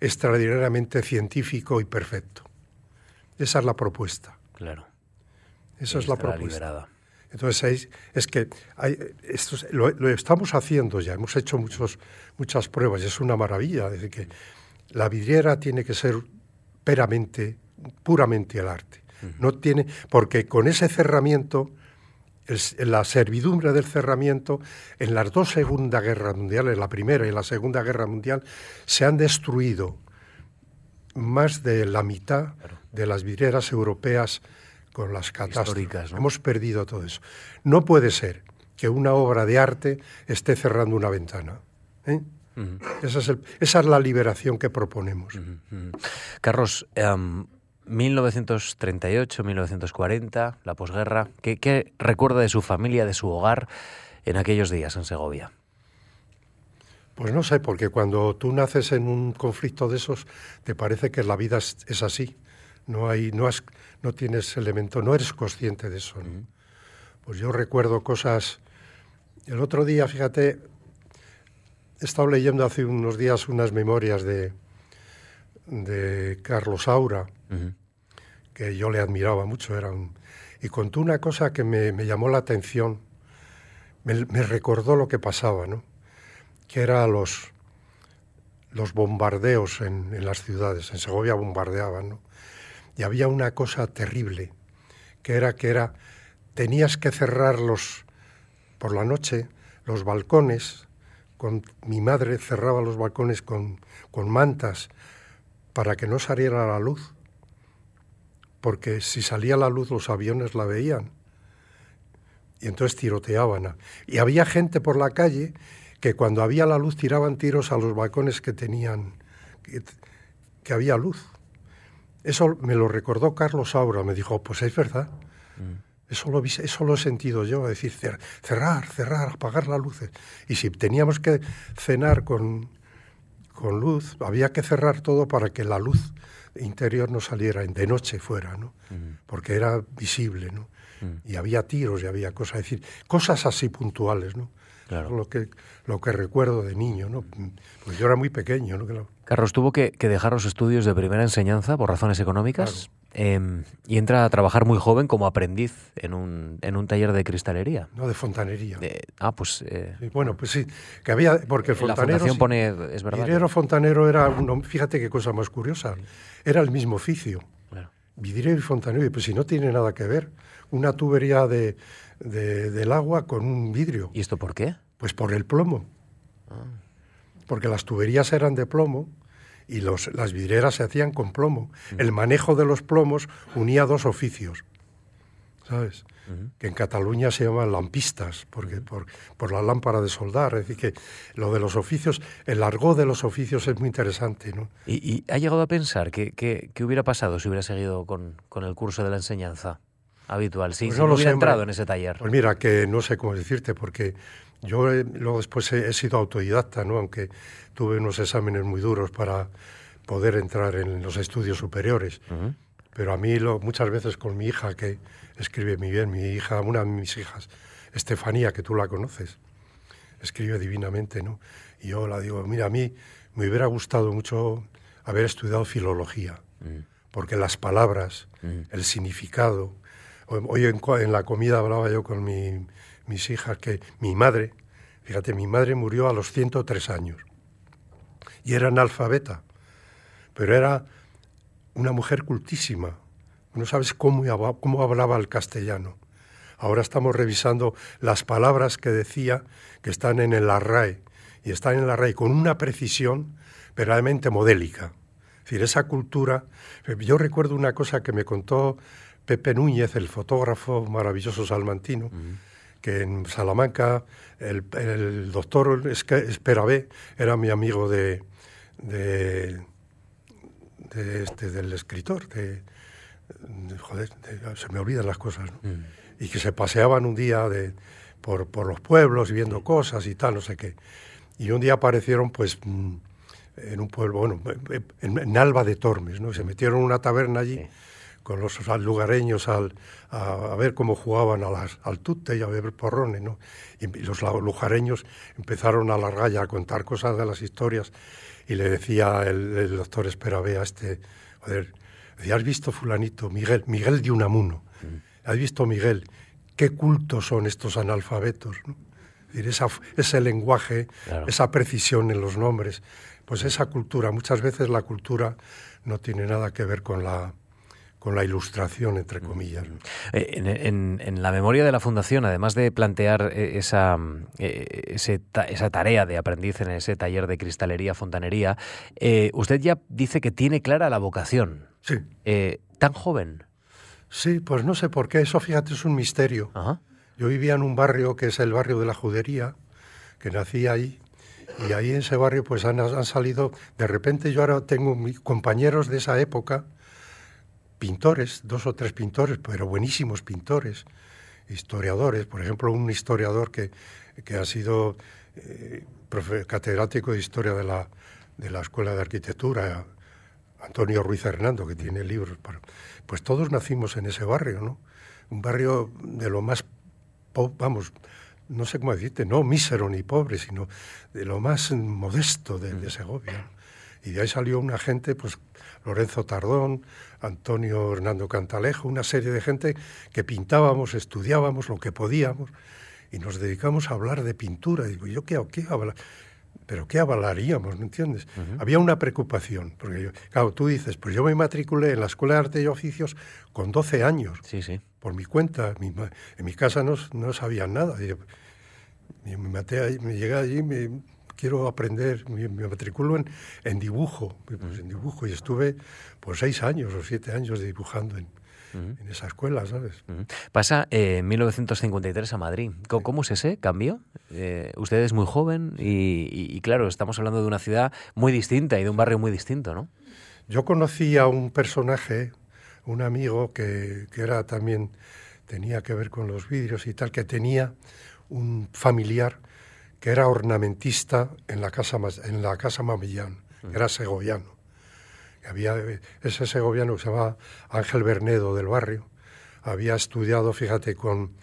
Speaker 2: extraordinariamente científico y perfecto. Esa es la propuesta.
Speaker 1: Claro.
Speaker 2: Esa es la propuesta.
Speaker 1: Liberada.
Speaker 2: Entonces es que lo estamos haciendo ya, hemos hecho muchas pruebas y es una maravilla. Es decir, que la vidriera tiene que ser puramente el arte. No tiene, porque con ese cerramiento, la servidumbre del cerramiento, en las dos Segundas Guerras Mundiales, la Primera y la Segunda Guerra Mundial, se han destruido más de la mitad de las vidrieras europeas con las catástrofes, ¿no? Hemos perdido todo eso. No puede ser que una obra de arte esté cerrando una ventana, ¿eh? Esa es la liberación que proponemos.
Speaker 1: Carlos, 1938, 1940, la posguerra, ¿qué recuerda de su familia, de su hogar en aquellos días en Segovia?
Speaker 2: Pues no sé, porque cuando tú naces en un conflicto de esos, te parece que la vida es así. No tienes elemento, no eres consciente de eso, ¿no? Pues yo recuerdo cosas. El otro día, fíjate, he estado leyendo hace unos días unas memorias de Carlos Saura, que yo le admiraba mucho, y contó una cosa que me llamó la atención, me recordó lo que pasaba, ¿no? Que eran los bombardeos en las ciudades. En Segovia bombardeaban, ¿no? Y había una cosa terrible, que era tenías que cerrar por la noche los balcones. Mi madre cerraba los balcones con mantas para que no saliera la luz, porque si salía la luz los aviones la veían y entonces tiroteaban. Y había gente por la calle que cuando había la luz tiraban tiros a los balcones que tenían, que había luz. Eso me lo recordó Carlos Saura, me dijo, pues es verdad, eso lo he sentido yo, es decir, cerrar, apagar las luces. Y si teníamos que cenar con luz, había que cerrar todo para que la luz interior no saliera, de noche fuera, ¿no? Porque era visible, ¿no? Y había tiros y había cosas, es decir, cosas así puntuales, ¿no? Claro. Lo que recuerdo de niño, ¿no? Pues yo era muy pequeño, ¿no? Claro.
Speaker 1: Carlos tuvo que dejar los estudios de primera enseñanza por razones económicas, claro. Y entra a trabajar muy joven como aprendiz en un taller de cristalería.
Speaker 2: No, de fontanería.
Speaker 1: Pues...
Speaker 2: Sí, bueno, pues sí, que había, porque el fontanero...
Speaker 1: La fundación pone, es verdad.
Speaker 2: Vidriero fontanero era uno, fíjate qué cosa más curiosa, era el mismo oficio. Claro. Vidriero y fontanero, pues si no tiene nada que ver, una tubería del agua con un vidrio.
Speaker 1: ¿Y esto por qué?
Speaker 2: Pues por el plomo. Porque las tuberías eran de plomo y las vidrieras se hacían con plomo. El manejo de los plomos unía dos oficios, ¿sabes? Que en Cataluña se llaman lampistas, porque por la lámpara de soldar. Es decir, que lo de los oficios, el argot de los oficios es muy interesante, ¿no?
Speaker 1: ¿Y ha llegado a pensar qué hubiera pasado si hubiera seguido con el curso de la enseñanza habitual? Si no hubiera entrado en ese taller.
Speaker 2: Pues mira, que no sé cómo decirte, porque yo luego después he sido autodidacta, ¿no? Aunque tuve unos exámenes muy duros para poder entrar en los estudios superiores. Pero a mí muchas veces con mi hija, que escribe muy bien, mi hija, una de mis hijas, Estefanía, que tú la conoces, escribe divinamente, ¿no? Y yo la digo, mira, a mí me hubiera gustado mucho haber estudiado filología, porque las palabras, el significado... Hoy en la comida hablaba yo con mis hijas que mi madre, fíjate, mi madre murió a los 103 años y era analfabeta, pero era una mujer cultísima. No sabes cómo hablaba el castellano. Ahora estamos revisando las palabras que decía, que están en el RAE, y están en el RAE con una precisión verdaderamente modélica. Es decir, esa cultura... Yo recuerdo una cosa que me contó Pepe Núñez, el fotógrafo maravilloso salmantino, que en Salamanca el doctor Esperabé era mi amigo del escritor, se me olvidan las cosas, ¿no? Y que se paseaban un día por los pueblos viendo cosas y tal, no sé qué. Y un día aparecieron, pues, en un pueblo, bueno, en Alba de Tormes, ¿no? Se metieron en una taberna allí los lugareños a ver cómo jugaban al tute y a beber porrones, ¿no? Y los lugareños empezaron a alargar y a contar cosas de las historias, y le decía el doctor Esperabea a joder, decía, ¿has visto fulanito? Miguel de Unamuno. ¿Has visto Miguel? ¿Qué cultos son estos analfabetos, ¿no? Es decir, ese lenguaje, claro, esa precisión en los nombres, pues esa cultura. Muchas veces la cultura no tiene nada que ver con la ilustración, entre comillas.
Speaker 1: En la memoria de la Fundación, además de plantear esa tarea de aprendiz en ese taller de cristalería, fontanería, usted ya dice que tiene clara la vocación.
Speaker 2: Sí.
Speaker 1: ¿Tan joven?
Speaker 2: Sí, pues no sé por qué. Eso, fíjate, es un misterio.
Speaker 1: Ajá.
Speaker 2: Yo vivía en un barrio que es el barrio de la Judería, que nací ahí, y ahí en ese barrio pues han salido, de repente yo ahora tengo mis compañeros de esa época, pintores, 2 o 3 pintores, pero buenísimos pintores, historiadores. Por ejemplo, un historiador que ha sido catedrático de historia de la Escuela de Arquitectura, Antonio Ruiz Hernando, que tiene libros. Pues todos nacimos en ese barrio, ¿no? Un barrio de lo más, vamos, no sé cómo decirte, no mísero ni pobre, sino de lo más modesto de Segovia. Y de ahí salió una gente, pues Lorenzo Tardón, Antonio Hernando Cantalejo, una serie de gente que pintábamos, estudiábamos lo que podíamos y nos dedicamos a hablar de pintura. Digo, ¿yo qué hablar? ¿Pero qué hablaríamos? ¿No entiendes? Había una preocupación, porque claro, tú dices, pues yo me matriculé en la Escuela de Arte y Oficios con 12 años,
Speaker 1: sí, sí,
Speaker 2: por mi cuenta. En mi casa no sabían nada. Me llegué allí, quiero aprender, me matriculo en dibujo, pues en dibujo, y estuve por 6 años o 7 años dibujando en esa escuela, ¿sabes?
Speaker 1: Pasa en 1953 a Madrid. ¿Cómo es ese cambio? Usted es muy joven y claro, estamos hablando de una ciudad muy distinta y de un barrio muy distinto, ¿no?
Speaker 2: Yo conocí a un personaje, un amigo que era también, tenía que ver con los vidrios y tal, que tenía un familiar que era ornamentista en la casa Mamellán, que era segoviano. Había ese segoviano que se llamaba Ángel Bernedo del barrio, había estudiado, fíjate, con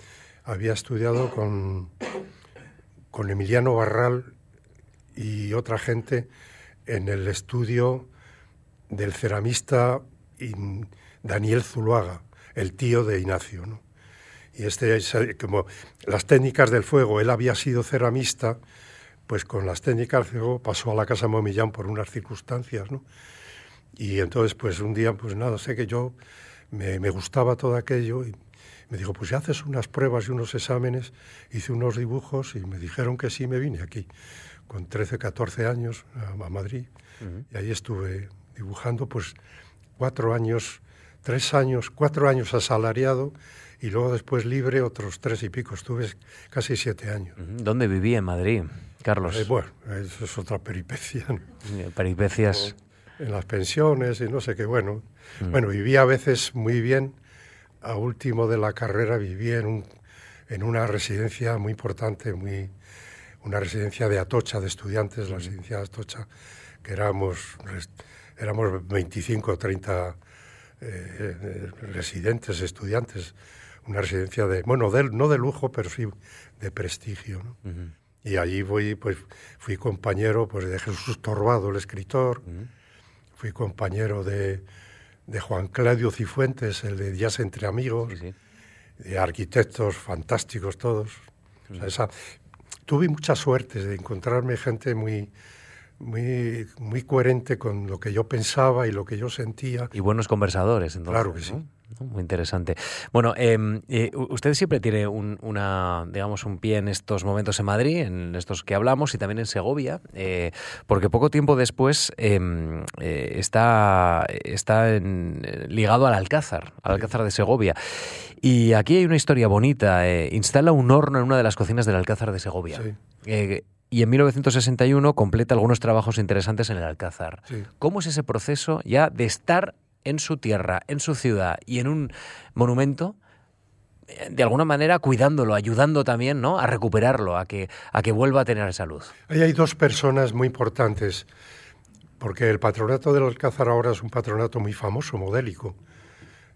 Speaker 2: Emiliano Barral y otra gente en el estudio del ceramista Daniel Zuluaga, el tío de Ignacio, ¿no? Y como las técnicas del fuego, él había sido ceramista, pues con las técnicas del fuego pasó a la casa Momillán por unas circunstancias, ¿no? Y entonces, pues un día, pues nada, sé que yo me gustaba todo aquello y me dijo, pues si haces unas pruebas y unos exámenes, hice unos dibujos y me dijeron que sí, me vine aquí con 13, 14 años a Madrid y ahí estuve dibujando pues 4 años asalariado y luego después libre otros 3 y pico, estuve casi 7 años.
Speaker 1: ¿Dónde vivía en Madrid, Carlos?
Speaker 2: Bueno, eso es otra peripecia, ¿no?
Speaker 1: Peripecias.
Speaker 2: En las pensiones y no sé qué, bueno. Bueno, vivía a veces muy bien. A último de la carrera viví en una residencia muy importante, una residencia de Atocha, de estudiantes, la residencia de Atocha, que éramos 25 o 30 residentes, estudiantes, una residencia no de lujo, pero sí de prestigio, ¿no? Y allí fui compañero pues, de Jesús Torbado, el escritor, fui compañero de Juan Claudio Cifuentes, el de Días entre Amigos,
Speaker 1: sí.
Speaker 2: De arquitectos fantásticos todos. O sea, tuve mucha suerte de encontrarme gente muy coherente con lo que yo pensaba y lo que yo sentía.
Speaker 1: Y buenos conversadores, entonces.
Speaker 2: Claro que sí.
Speaker 1: ¿No? Muy interesante. Bueno, usted siempre tiene un pie en estos momentos en Madrid, en estos que hablamos, y también en Segovia, porque poco tiempo después está ligado al Alcázar de Segovia. Y aquí hay una historia bonita. Instala un horno en una de las cocinas del Alcázar de Segovia. Sí. Y en 1961 completa algunos trabajos interesantes en el Alcázar. Sí. ¿Cómo es ese proceso ya de estar en su tierra, en su ciudad y en un monumento, de alguna manera cuidándolo, ayudando también, ¿no?, a recuperarlo, a que vuelva a tener salud?
Speaker 2: Ahí hay 2 personas muy importantes, porque el patronato del Alcázar ahora es un patronato muy famoso, modélico.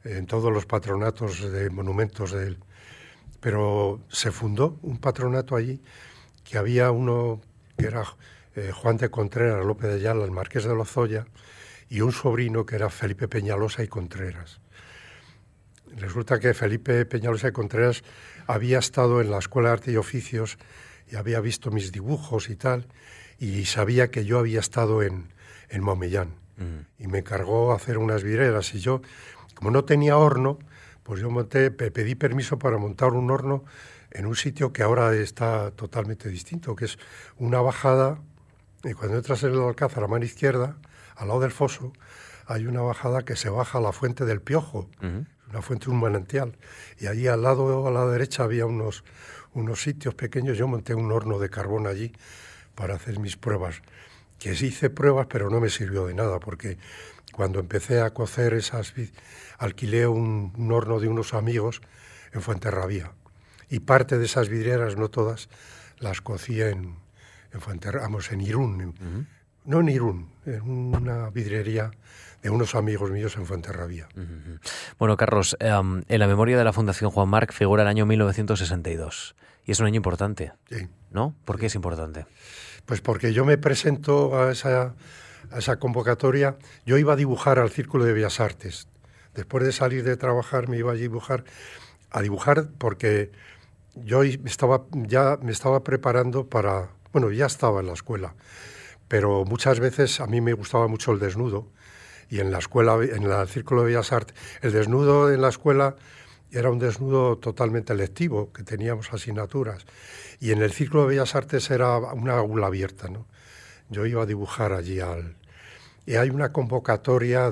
Speaker 2: en todos los patronatos de monumentos de él. Pero se fundó un patronato allí, que había uno que era Juan de Contreras López de Ayala, el marqués de Lozoya, y un sobrino que era Felipe Peñalosa y Contreras. Resulta que Felipe Peñalosa y Contreras había estado en la Escuela de Arte y Oficios y había visto mis dibujos y tal, y sabía que yo había estado en Momellán. Y me encargó hacer unas vidrieras, y yo, como no tenía horno, pues yo pedí permiso para montar un horno en un sitio que ahora está totalmente distinto, que es una bajada, y cuando entras en el Alcázar a mano izquierda, al lado del foso, hay una bajada que se baja a la Fuente del Piojo, una fuente, un manantial, y allí al lado, a la derecha, había unos sitios pequeños. Yo monté un horno de carbón allí para hacer mis pruebas, que sí hice pruebas, pero no me sirvió de nada, porque cuando empecé a cocer alquilé un horno de unos amigos en Fuenterrabía, y parte de esas vidrieras, no todas, las cocí en Irún, no en Irún, en una vidriería de unos amigos míos en Fuenterrabía.
Speaker 1: Bueno, Carlos, en la memoria de la Fundación Juan March figura el año 1962, y es un año importante,
Speaker 2: sí.
Speaker 1: ¿no? ¿Por qué es importante?
Speaker 2: Pues porque yo me presento a esa convocatoria. Yo iba a dibujar al Círculo de Bellas Artes. Después de salir de trabajar me iba a dibujar porque yo ya me estaba preparando para... Bueno, ya estaba en la escuela, pero muchas veces a mí me gustaba mucho el desnudo, y en la escuela, en el Círculo de Bellas Artes, el desnudo en la escuela era un desnudo totalmente lectivo, que teníamos asignaturas, y en el Círculo de Bellas Artes era una aula abierta, ¿no? Yo iba a dibujar allí y hay una convocatoria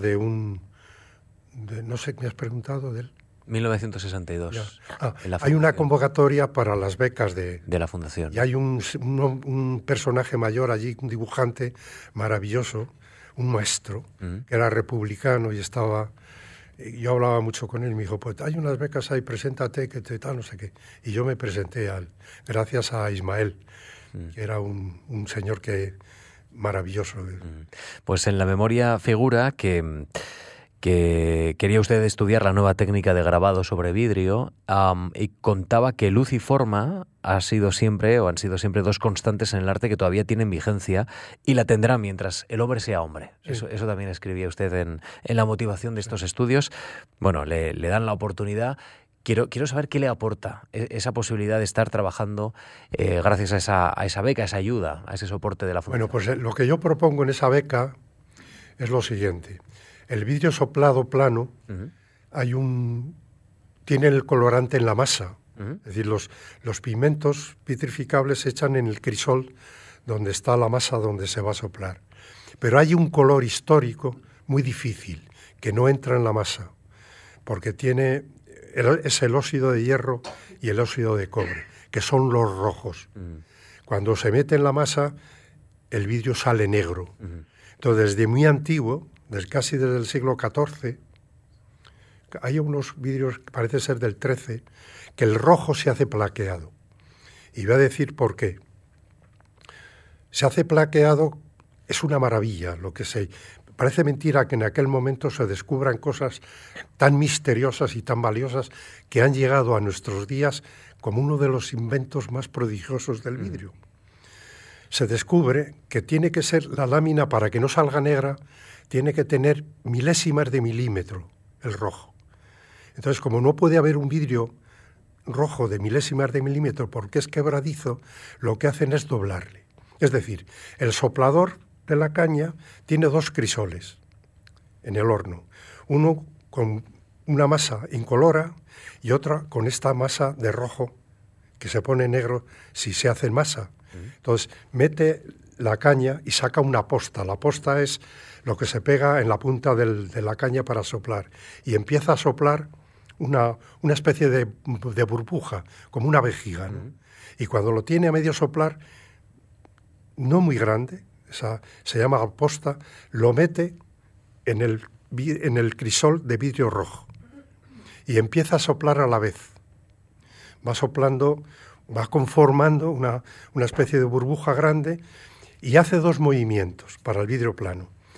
Speaker 2: no sé, ¿me has preguntado de él?
Speaker 1: 1962.
Speaker 2: Hay una convocatoria para las becas de
Speaker 1: la Fundación.
Speaker 2: Y hay un personaje mayor allí, un dibujante maravilloso, un maestro, que era republicano y estaba... Yo hablaba mucho con él y me dijo, pues hay unas becas ahí, preséntate, que te tal, no sé qué. Y yo me presenté gracias a Ismael, que era un señor maravilloso.
Speaker 1: Pues en la memoria figura que quería usted estudiar la nueva técnica de grabado sobre vidrio, y contaba que luz y forma han sido siempre dos constantes en el arte que todavía tienen vigencia y la tendrán mientras el hombre sea hombre. Sí. Eso también escribía usted en la motivación de estos estudios. Bueno, le dan la oportunidad. Quiero saber qué le aporta esa posibilidad de estar trabajando gracias a esa beca, a esa ayuda, a ese soporte de la Fundación.
Speaker 2: Bueno, pues lo que yo propongo en esa beca es lo siguiente. El vidrio soplado plano, tiene el colorante en la masa. Es decir, los pigmentos vitrificables se echan en el crisol donde está la masa donde se va a soplar. Pero hay un color histórico muy difícil que no entra en la masa, porque es el óxido de hierro y el óxido de cobre, que son los rojos. Cuando se mete en la masa, el vidrio sale negro. Entonces, desde muy antiguo, casi desde el siglo XIV, hay unos vidrios que parece ser del XIII, que el rojo se hace plaqueado. Y voy a decir por qué. Se hace plaqueado, es una maravilla lo que sé. Parece mentira que en aquel momento se descubran cosas tan misteriosas y tan valiosas que han llegado a nuestros días como uno de los inventos más prodigiosos del vidrio. Se descubre que tiene que ser la lámina, para que no salga negra, tiene que tener milésimas de milímetro el rojo. Entonces, como no puede haber un vidrio rojo de milésimas de milímetro porque es quebradizo, lo que hacen es doblarle. Es decir, el soplador de la caña tiene dos crisoles en el horno. Uno con una masa incolora y otra con esta masa de rojo que se pone negro si se hace en masa. Entonces, mete la caña y saca una posta. La posta es lo que se pega en la punta de la caña para soplar. Y empieza a soplar una especie de burbuja, como una vejiga, ¿no? Y cuando lo tiene a medio soplar, no muy grande, se llama posta, lo mete en el crisol de vidrio rojo. Y empieza a soplar a la vez. Va soplando, va conformando una especie de burbuja grande y hace dos movimientos para el vidrio plano.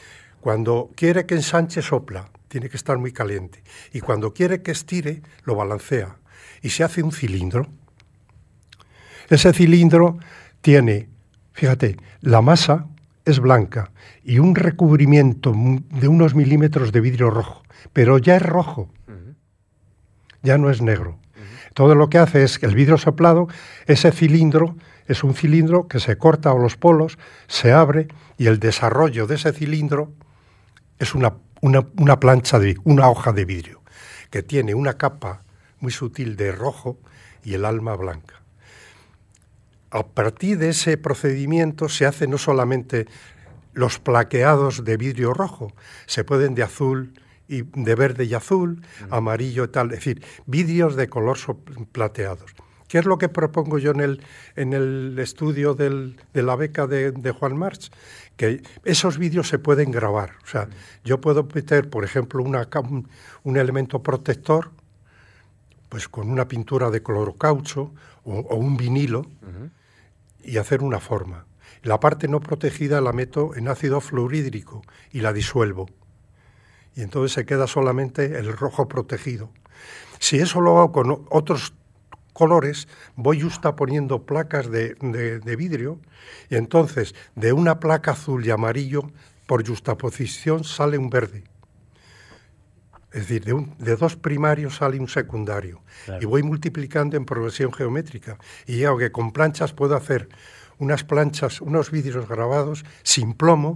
Speaker 2: Cuando quiere que ensanche, sopla, tiene que estar muy caliente. Y cuando quiere que estire, lo balancea. Y se hace un cilindro. Ese cilindro tiene, fíjate, la masa es blanca y un recubrimiento de unos milímetros de vidrio rojo, pero ya es rojo, ya no es negro. Todo lo que hace es que el vidrio soplado, ese cilindro, es un cilindro que se corta a los polos, se abre y el desarrollo de ese cilindro es una plancha, una hoja de vidrio, que tiene una capa muy sutil de rojo y el alma blanca. A partir de ese procedimiento se hacen no solamente los plaqueados de vidrio rojo, se pueden de azul y de verde y azul, amarillo y tal, es decir, vidrios de color plateados. ¿Qué es lo que propongo yo en el estudio de la beca de Juan March? Que esos vidrios se pueden grabar. O sea, yo puedo meter, por ejemplo, un elemento protector, pues con una pintura de color caucho o un vinilo, y hacer una forma. La parte no protegida la meto en ácido fluorhídrico y la disuelvo. Y entonces se queda solamente el rojo protegido. Si eso lo hago con otros colores, voy poniendo placas de vidrio, y entonces de una placa azul y amarillo, por justaposición sale un verde. Es decir, de dos primarios sale un secundario. Claro. Y voy multiplicando en progresión geométrica. Y ya que con planchas puedo hacer unas planchas, unos vidrios grabados sin plomo,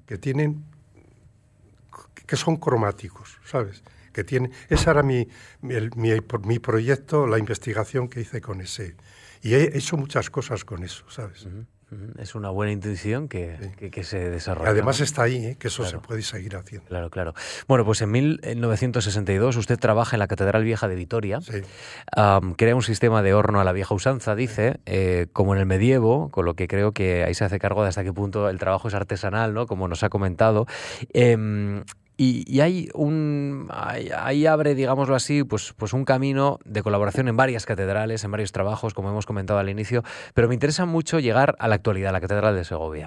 Speaker 2: que son cromáticos, ¿sabes? Ese era mi proyecto, la investigación que hice con ese. Y he hecho muchas cosas con eso, ¿sabes?
Speaker 1: Es una buena intuición que se desarrolla.
Speaker 2: Además está ahí, que eso se puede seguir haciendo.
Speaker 1: Claro, claro. Bueno, pues en 1962 usted trabaja en la Catedral Vieja de Vitoria. Sí. Crea un sistema de horno a la vieja usanza, dice, como en el medievo, con lo que creo que ahí se hace cargo de hasta qué punto el trabajo es artesanal, ¿no? Como nos ha comentado. Y ahí abre, digámoslo así, pues un camino de colaboración en varias catedrales, en varios trabajos, como hemos comentado al inicio, pero me interesa mucho llegar a la actualidad, a la Catedral de Segovia.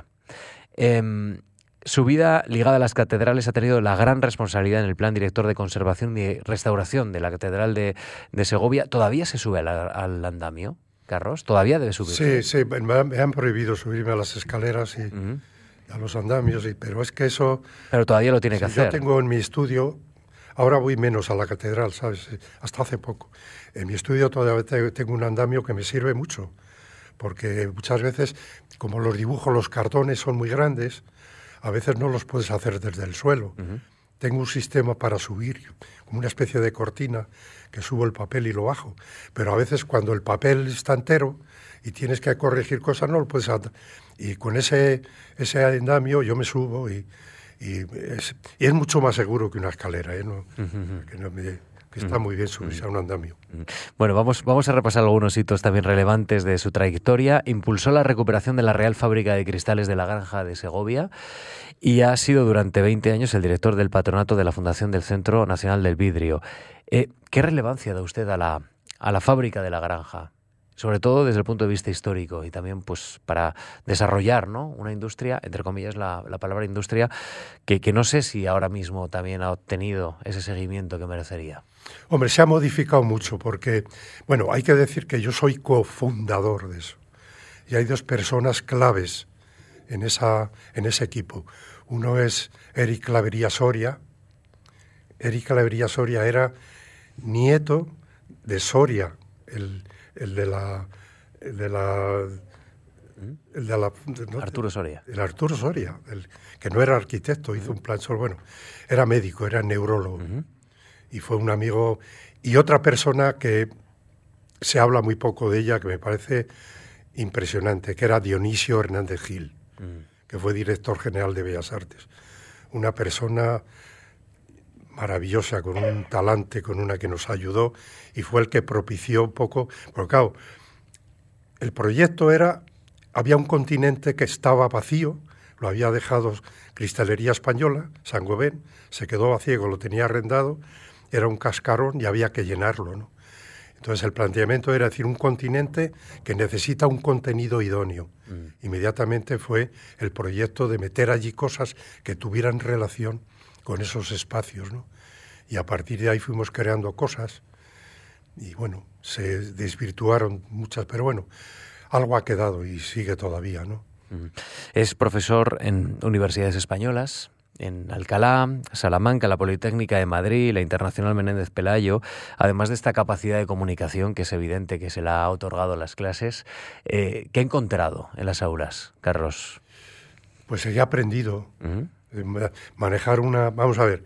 Speaker 1: Su vida ligada a las catedrales ha tenido la gran responsabilidad en el plan director de conservación y restauración de la Catedral de Segovia. ¿Todavía se sube al andamio, Carros? ¿Todavía debe subir?
Speaker 2: Sí, me han prohibido subirme a las escaleras y... a los andamios, pero es que eso...
Speaker 1: Pero todavía lo tiene que hacer.
Speaker 2: Yo tengo en mi estudio, ahora voy menos a la catedral, ¿sabes? Hasta hace poco. En mi estudio todavía tengo un andamio que me sirve mucho, porque muchas veces, como los dibujos, los cartones son muy grandes, a veces no los puedes hacer desde el suelo. Tengo un sistema para subir, como una especie de cortina, que subo el papel y lo bajo. Pero a veces cuando el papel está entero y tienes que corregir cosas, no lo puedes hacer. Y con ese andamio yo me subo y es mucho más seguro que una escalera, ¿eh? Que está muy bien subirse a un andamio.
Speaker 1: Bueno, vamos a repasar algunos hitos también relevantes de su trayectoria. Impulsó la recuperación de la Real Fábrica de Cristales de la Granja de Segovia y ha sido durante 20 años el director del patronato de la Fundación del Centro Nacional del Vidrio. ¿Qué relevancia da usted a la fábrica de la Granja? Sobre todo desde el punto de vista histórico y también pues para desarrollar, ¿no?, una industria, entre comillas la palabra industria, que no sé si ahora mismo también ha obtenido ese seguimiento que merecería.
Speaker 2: Hombre, se ha modificado mucho porque, bueno, hay que decir que yo soy cofundador de eso. Y hay dos personas claves en ese equipo. Uno es Eric Clavería Soria. Eric Clavería Soria era nieto de Soria,
Speaker 1: Arturo Soria.
Speaker 2: El Arturo Soria, que no era arquitecto, hizo un plan solo, bueno, era médico, era neurólogo. Y fue un amigo. Y otra persona que se habla muy poco de ella, que me parece impresionante, que era Dionisio Hernández Gil, que fue director general de Bellas Artes. Una persona maravillosa, con un talante, con una que nos ayudó, y fue el que propició un poco, porque claro, el proyecto había un continente que estaba vacío, lo había dejado Cristalería Española, Saint-Gobain, se quedó vacío, lo tenía arrendado, era un cascarón y había que llenarlo, ¿no? Entonces el planteamiento era decir un continente que necesita un contenido idóneo. Inmediatamente fue el proyecto de meter allí cosas que tuvieran relación con esos espacios, ¿no? Y a partir de ahí fuimos creando cosas y, bueno, se desvirtuaron muchas, pero bueno, algo ha quedado y sigue todavía, ¿no?
Speaker 1: Es profesor en universidades españolas, en Alcalá, Salamanca, la Politécnica de Madrid, la Internacional Menéndez Pelayo, además de esta capacidad de comunicación que es evidente que se la ha otorgado a las clases. ¿Qué ha encontrado en las aulas, Carlos?
Speaker 2: Pues he aprendido manejar vamos a ver,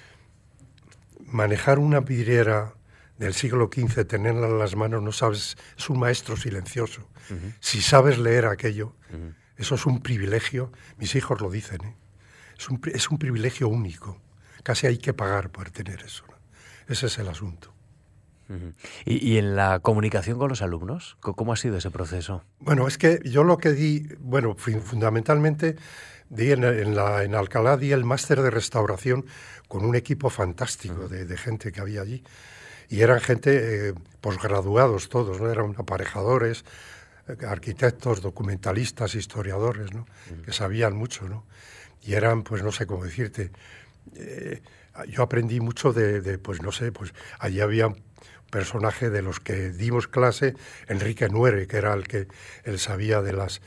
Speaker 2: manejar una vidriera del siglo XV, tenerla en las manos, no sabes, es un maestro silencioso. Si sabes leer aquello, eso es un privilegio, mis hijos lo dicen, ¿eh? Es un privilegio único, casi hay que pagar por tener eso, ¿no? Ese es el asunto.
Speaker 1: ¿Y en la comunicación con los alumnos? ¿Cómo ha sido ese proceso?
Speaker 2: Bueno, es que yo lo que di, bueno, fundamentalmente di en Alcalá di el máster de restauración con un equipo fantástico de gente que había allí. Y eran gente posgraduados todos, ¿no? Eran aparejadores, arquitectos, documentalistas, historiadores, ¿no? Que sabían mucho, ¿no? Y eran, pues no sé cómo decirte, yo aprendí mucho pues no sé, pues allí había un personaje de los que dimos clase, Enrique Nuere, que era él sabía de las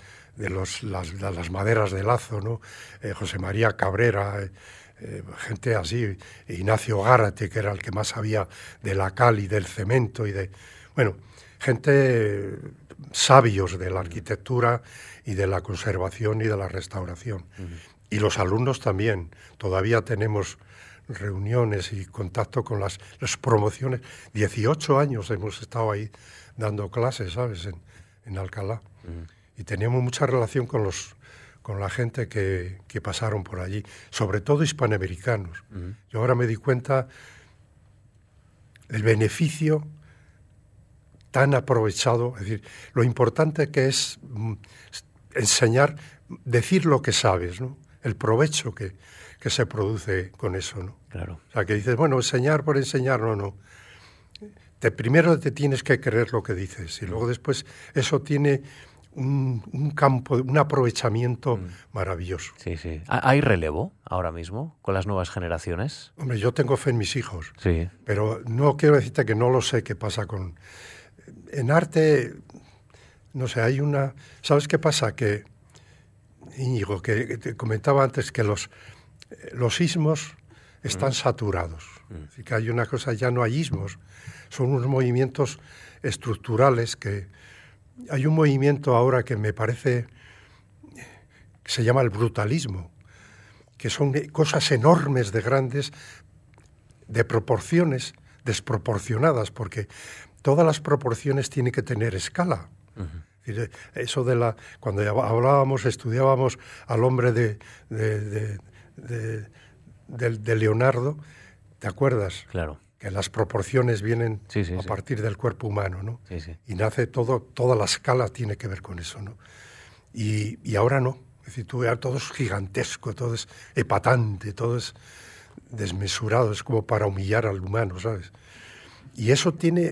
Speaker 2: maderas de lazo, ¿no? José María Cabrera, gente así, Ignacio Gárate, que era el que más sabía de la cal y del cemento bueno, gente sabios de la arquitectura y de la conservación y de la restauración. Y los alumnos también. Todavía tenemos reuniones y contacto con las promociones. 18 años hemos estado ahí dando clases, ¿sabes?, en Alcalá. Y teníamos mucha relación con la gente que pasaron por allí, sobre todo hispanoamericanos. Yo ahora me di cuenta del beneficio tan aprovechado, es decir, lo importante que es enseñar, decir lo que sabes, ¿no? El provecho que se produce con eso, ¿no?
Speaker 1: Claro.
Speaker 2: O sea, que dices, bueno, enseñar por enseñar, no. Primero te tienes que creer lo que dices y luego después eso tiene un campo, un aprovechamiento maravilloso.
Speaker 1: Sí, sí. ¿Hay relevo ahora mismo con las nuevas generaciones?
Speaker 2: Hombre, yo tengo fe en mis hijos,
Speaker 1: sí,
Speaker 2: pero no quiero decirte que no lo sé qué pasa con... En arte, no sé, hay una... ¿Sabes qué pasa? Que, Íñigo, que te comentaba antes que los ismos están saturados. Así que hay una cosa, ya no hay ismos, son unos movimientos estructurales que... Hay un movimiento ahora que me parece, que se llama el brutalismo, que son cosas enormes de grandes, de proporciones desproporcionadas, porque todas las proporciones tienen que tener escala. Es decir, eso cuando estudiábamos al hombre de Leonardo, ¿te acuerdas?
Speaker 1: Claro.
Speaker 2: Que las proporciones vienen a partir del cuerpo humano, ¿no? Y nace toda la escala tiene que ver con eso, ¿no? Y ahora no. Es decir, todo es gigantesco, todo es epatante, todo es desmesurado, es como para humillar al humano, ¿sabes? Y eso tiene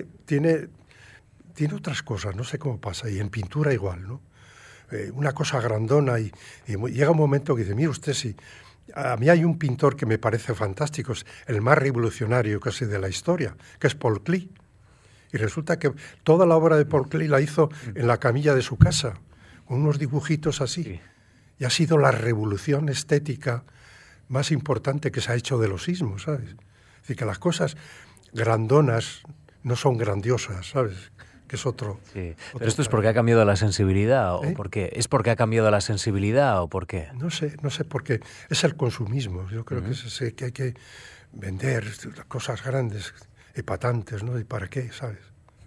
Speaker 2: otras cosas, no sé cómo pasa, y en pintura igual, ¿no? Una cosa grandona y llega un momento que dice, mire usted, si... A mí hay un pintor que me parece fantástico, es el más revolucionario casi de la historia, que es Paul Klee. Y resulta que toda la obra de Paul Klee la hizo en la camilla de su casa, con unos dibujitos así. Sí. Y ha sido la revolución estética más importante que se ha hecho de los ismos, ¿sabes? Es decir, que las cosas grandonas no son grandiosas, ¿sabes? Que es otro...
Speaker 1: Sí. ¿Pero esto es porque ha cambiado la sensibilidad o por qué? ¿Es porque ha cambiado la sensibilidad o por qué?
Speaker 2: No sé, porque es el consumismo. Yo creo que hay que vender cosas grandes, epatantes, ¿no? ¿Y para qué, sabes?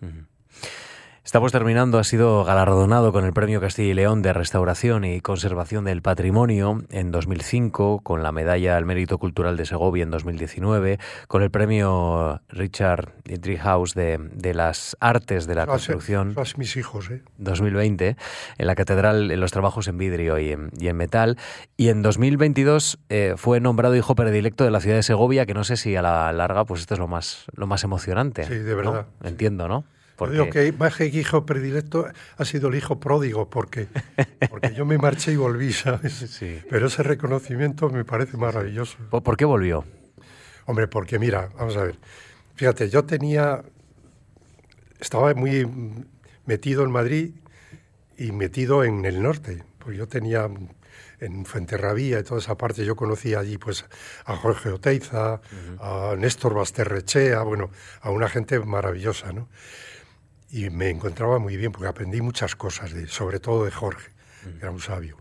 Speaker 1: Estamos terminando, ha sido galardonado con el Premio Castilla y León de Restauración y Conservación del Patrimonio en 2005, con la Medalla al Mérito Cultural de Segovia en 2019, con el Premio Richard Driehaus de las Artes de la Construcción.
Speaker 2: Son mis hijos,
Speaker 1: 2020, en la Catedral, en los trabajos en vidrio y en metal. Y en 2022 fue nombrado hijo predilecto de la ciudad de Segovia, que no sé si a la larga, pues esto es lo más emocionante.
Speaker 2: Sí, de verdad.
Speaker 1: ¿No? Entiendo, ¿no?
Speaker 2: Porque... Yo digo que más que hijo predilecto ha sido el hijo pródigo, porque yo me marché y volví, ¿sabes? Sí. Pero ese reconocimiento me parece maravilloso.
Speaker 1: ¿Por qué volvió?
Speaker 2: Hombre, porque mira, vamos a ver. Fíjate, estaba muy metido en Madrid y metido en el norte. Pues yo tenía en Fuenterrabía y toda esa parte, yo conocía allí pues a Jorge Oteiza, a Néstor Basterrechea, bueno, a una gente maravillosa, ¿no? Y me encontraba muy bien porque aprendí muchas cosas, sobre todo de Jorge, que era un sabio.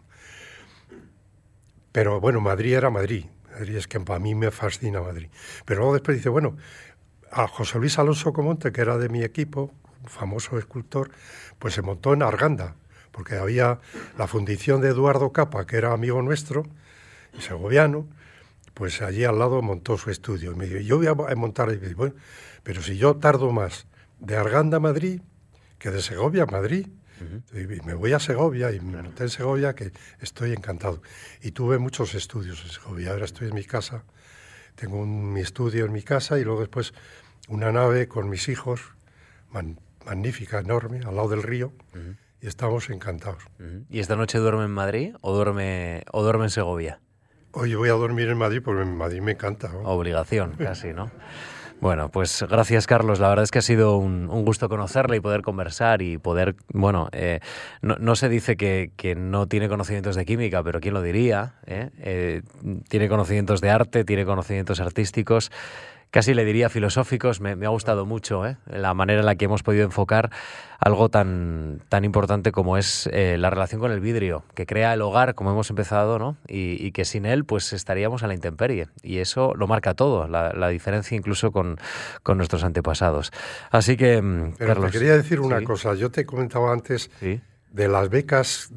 Speaker 2: Pero bueno, Madrid era Madrid. Madrid es que para mí me fascina Madrid. Pero luego después dice, bueno, a José Luis Alonso Comonte, que era de mi equipo, un famoso escultor, pues se montó en Arganda, porque había la fundición de Eduardo Capa, que era amigo nuestro, y segoviano, pues allí al lado montó su estudio. Y me dijo, yo voy a montar, y me dijo, bueno, pero si yo tardo más de Arganda a Madrid que de Segovia a Madrid, y me voy a Segovia y me monté en Segovia, que estoy encantado. Y tuve muchos estudios en Segovia. Ahora estoy en mi casa, tengo mi estudio en mi casa y luego después una nave con mis hijos, magnífica, enorme, al lado del río, y estamos encantados.
Speaker 1: ¿Y esta noche duerme en Madrid o duerme en Segovia?
Speaker 2: Hoy voy a dormir en Madrid porque en Madrid me encanta, ¿no?
Speaker 1: Obligación, casi, ¿no? Bueno, pues gracias, Carlos. La verdad es que ha sido un gusto conocerle y poder conversar y poder, bueno, no se dice que no tiene conocimientos de química, pero ¿quién lo diría? Tiene conocimientos de arte, tiene conocimientos artísticos, casi le diría filosóficos. Me ha gustado mucho la manera en la que hemos podido enfocar algo tan importante como es la relación con el vidrio, que crea el hogar, como hemos empezado, ¿no? Y que sin él pues estaríamos a la intemperie. Y eso lo marca todo, la diferencia incluso con nuestros antepasados. Así que,
Speaker 2: pero
Speaker 1: Carlos,
Speaker 2: te quería decir una cosa. Yo te comentaba antes de las becas,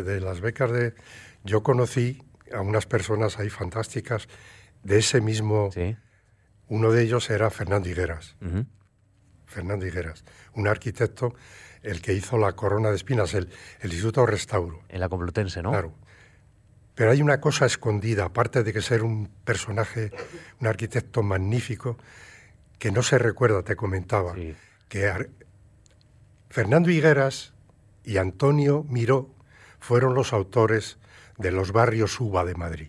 Speaker 2: yo conocí a unas personas ahí fantásticas de ese mismo... Sí. Uno de ellos era Fernando Higueras. Fernando Higueras, un arquitecto, el que hizo la Corona de Espinas, el Instituto Restauro.
Speaker 1: En la Complutense, ¿no?
Speaker 2: Claro. Pero hay una cosa escondida, aparte de que ser un personaje, un arquitecto magnífico, que no se recuerda, te comentaba, que Fernando Higueras y Antonio Miró fueron los autores de los barrios UVA de Madrid,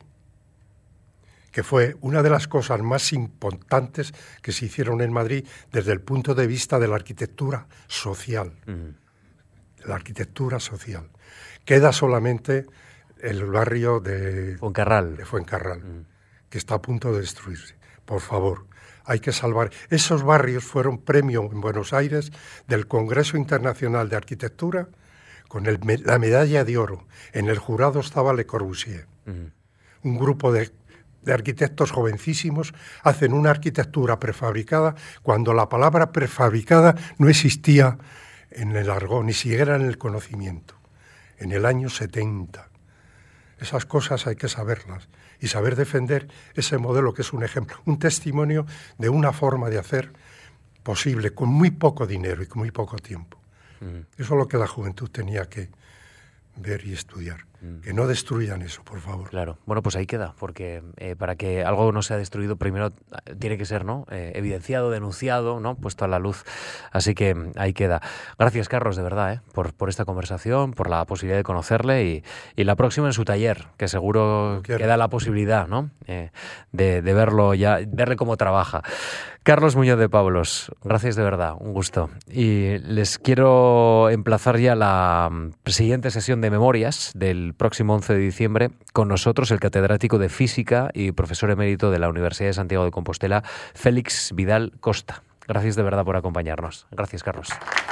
Speaker 2: que fue una de las cosas más importantes que se hicieron en Madrid desde el punto de vista de la arquitectura social. La arquitectura social. Queda solamente el barrio de Fuencarral, que está a punto de destruirse. Por favor, hay que salvar. Esos barrios fueron premio en Buenos Aires del Congreso Internacional de Arquitectura con la medalla de oro. En el jurado estaba Le Corbusier. Un grupo de arquitectos jovencísimos hacen una arquitectura prefabricada cuando la palabra prefabricada no existía en el argot, ni siquiera en el conocimiento. En el año 70. Esas cosas hay que saberlas y saber defender ese modelo que es un ejemplo, un testimonio de una forma de hacer posible con muy poco dinero y con muy poco tiempo. Eso es lo que la juventud tenía que ver y estudiar. Que no destruyan eso, por favor.
Speaker 1: Claro. Bueno, pues ahí queda, porque para que algo no sea destruido, primero tiene que ser, ¿no? Evidenciado, denunciado, ¿no? Puesto a la luz. Así que ahí queda. Gracias, Carlos, de verdad, por esta conversación, por la posibilidad de conocerle y la próxima en su taller, que seguro que da la posibilidad, ¿no? De verlo ya, verle cómo trabaja. Carlos Muñoz de Pablos, gracias de verdad, un gusto. Y les quiero emplazar ya la siguiente sesión de memorias del próximo 11 de diciembre, con nosotros el catedrático de Física y profesor emérito de la Universidad de Santiago de Compostela, Félix Vidal Costa. Gracias de verdad por acompañarnos. Gracias, Carlos.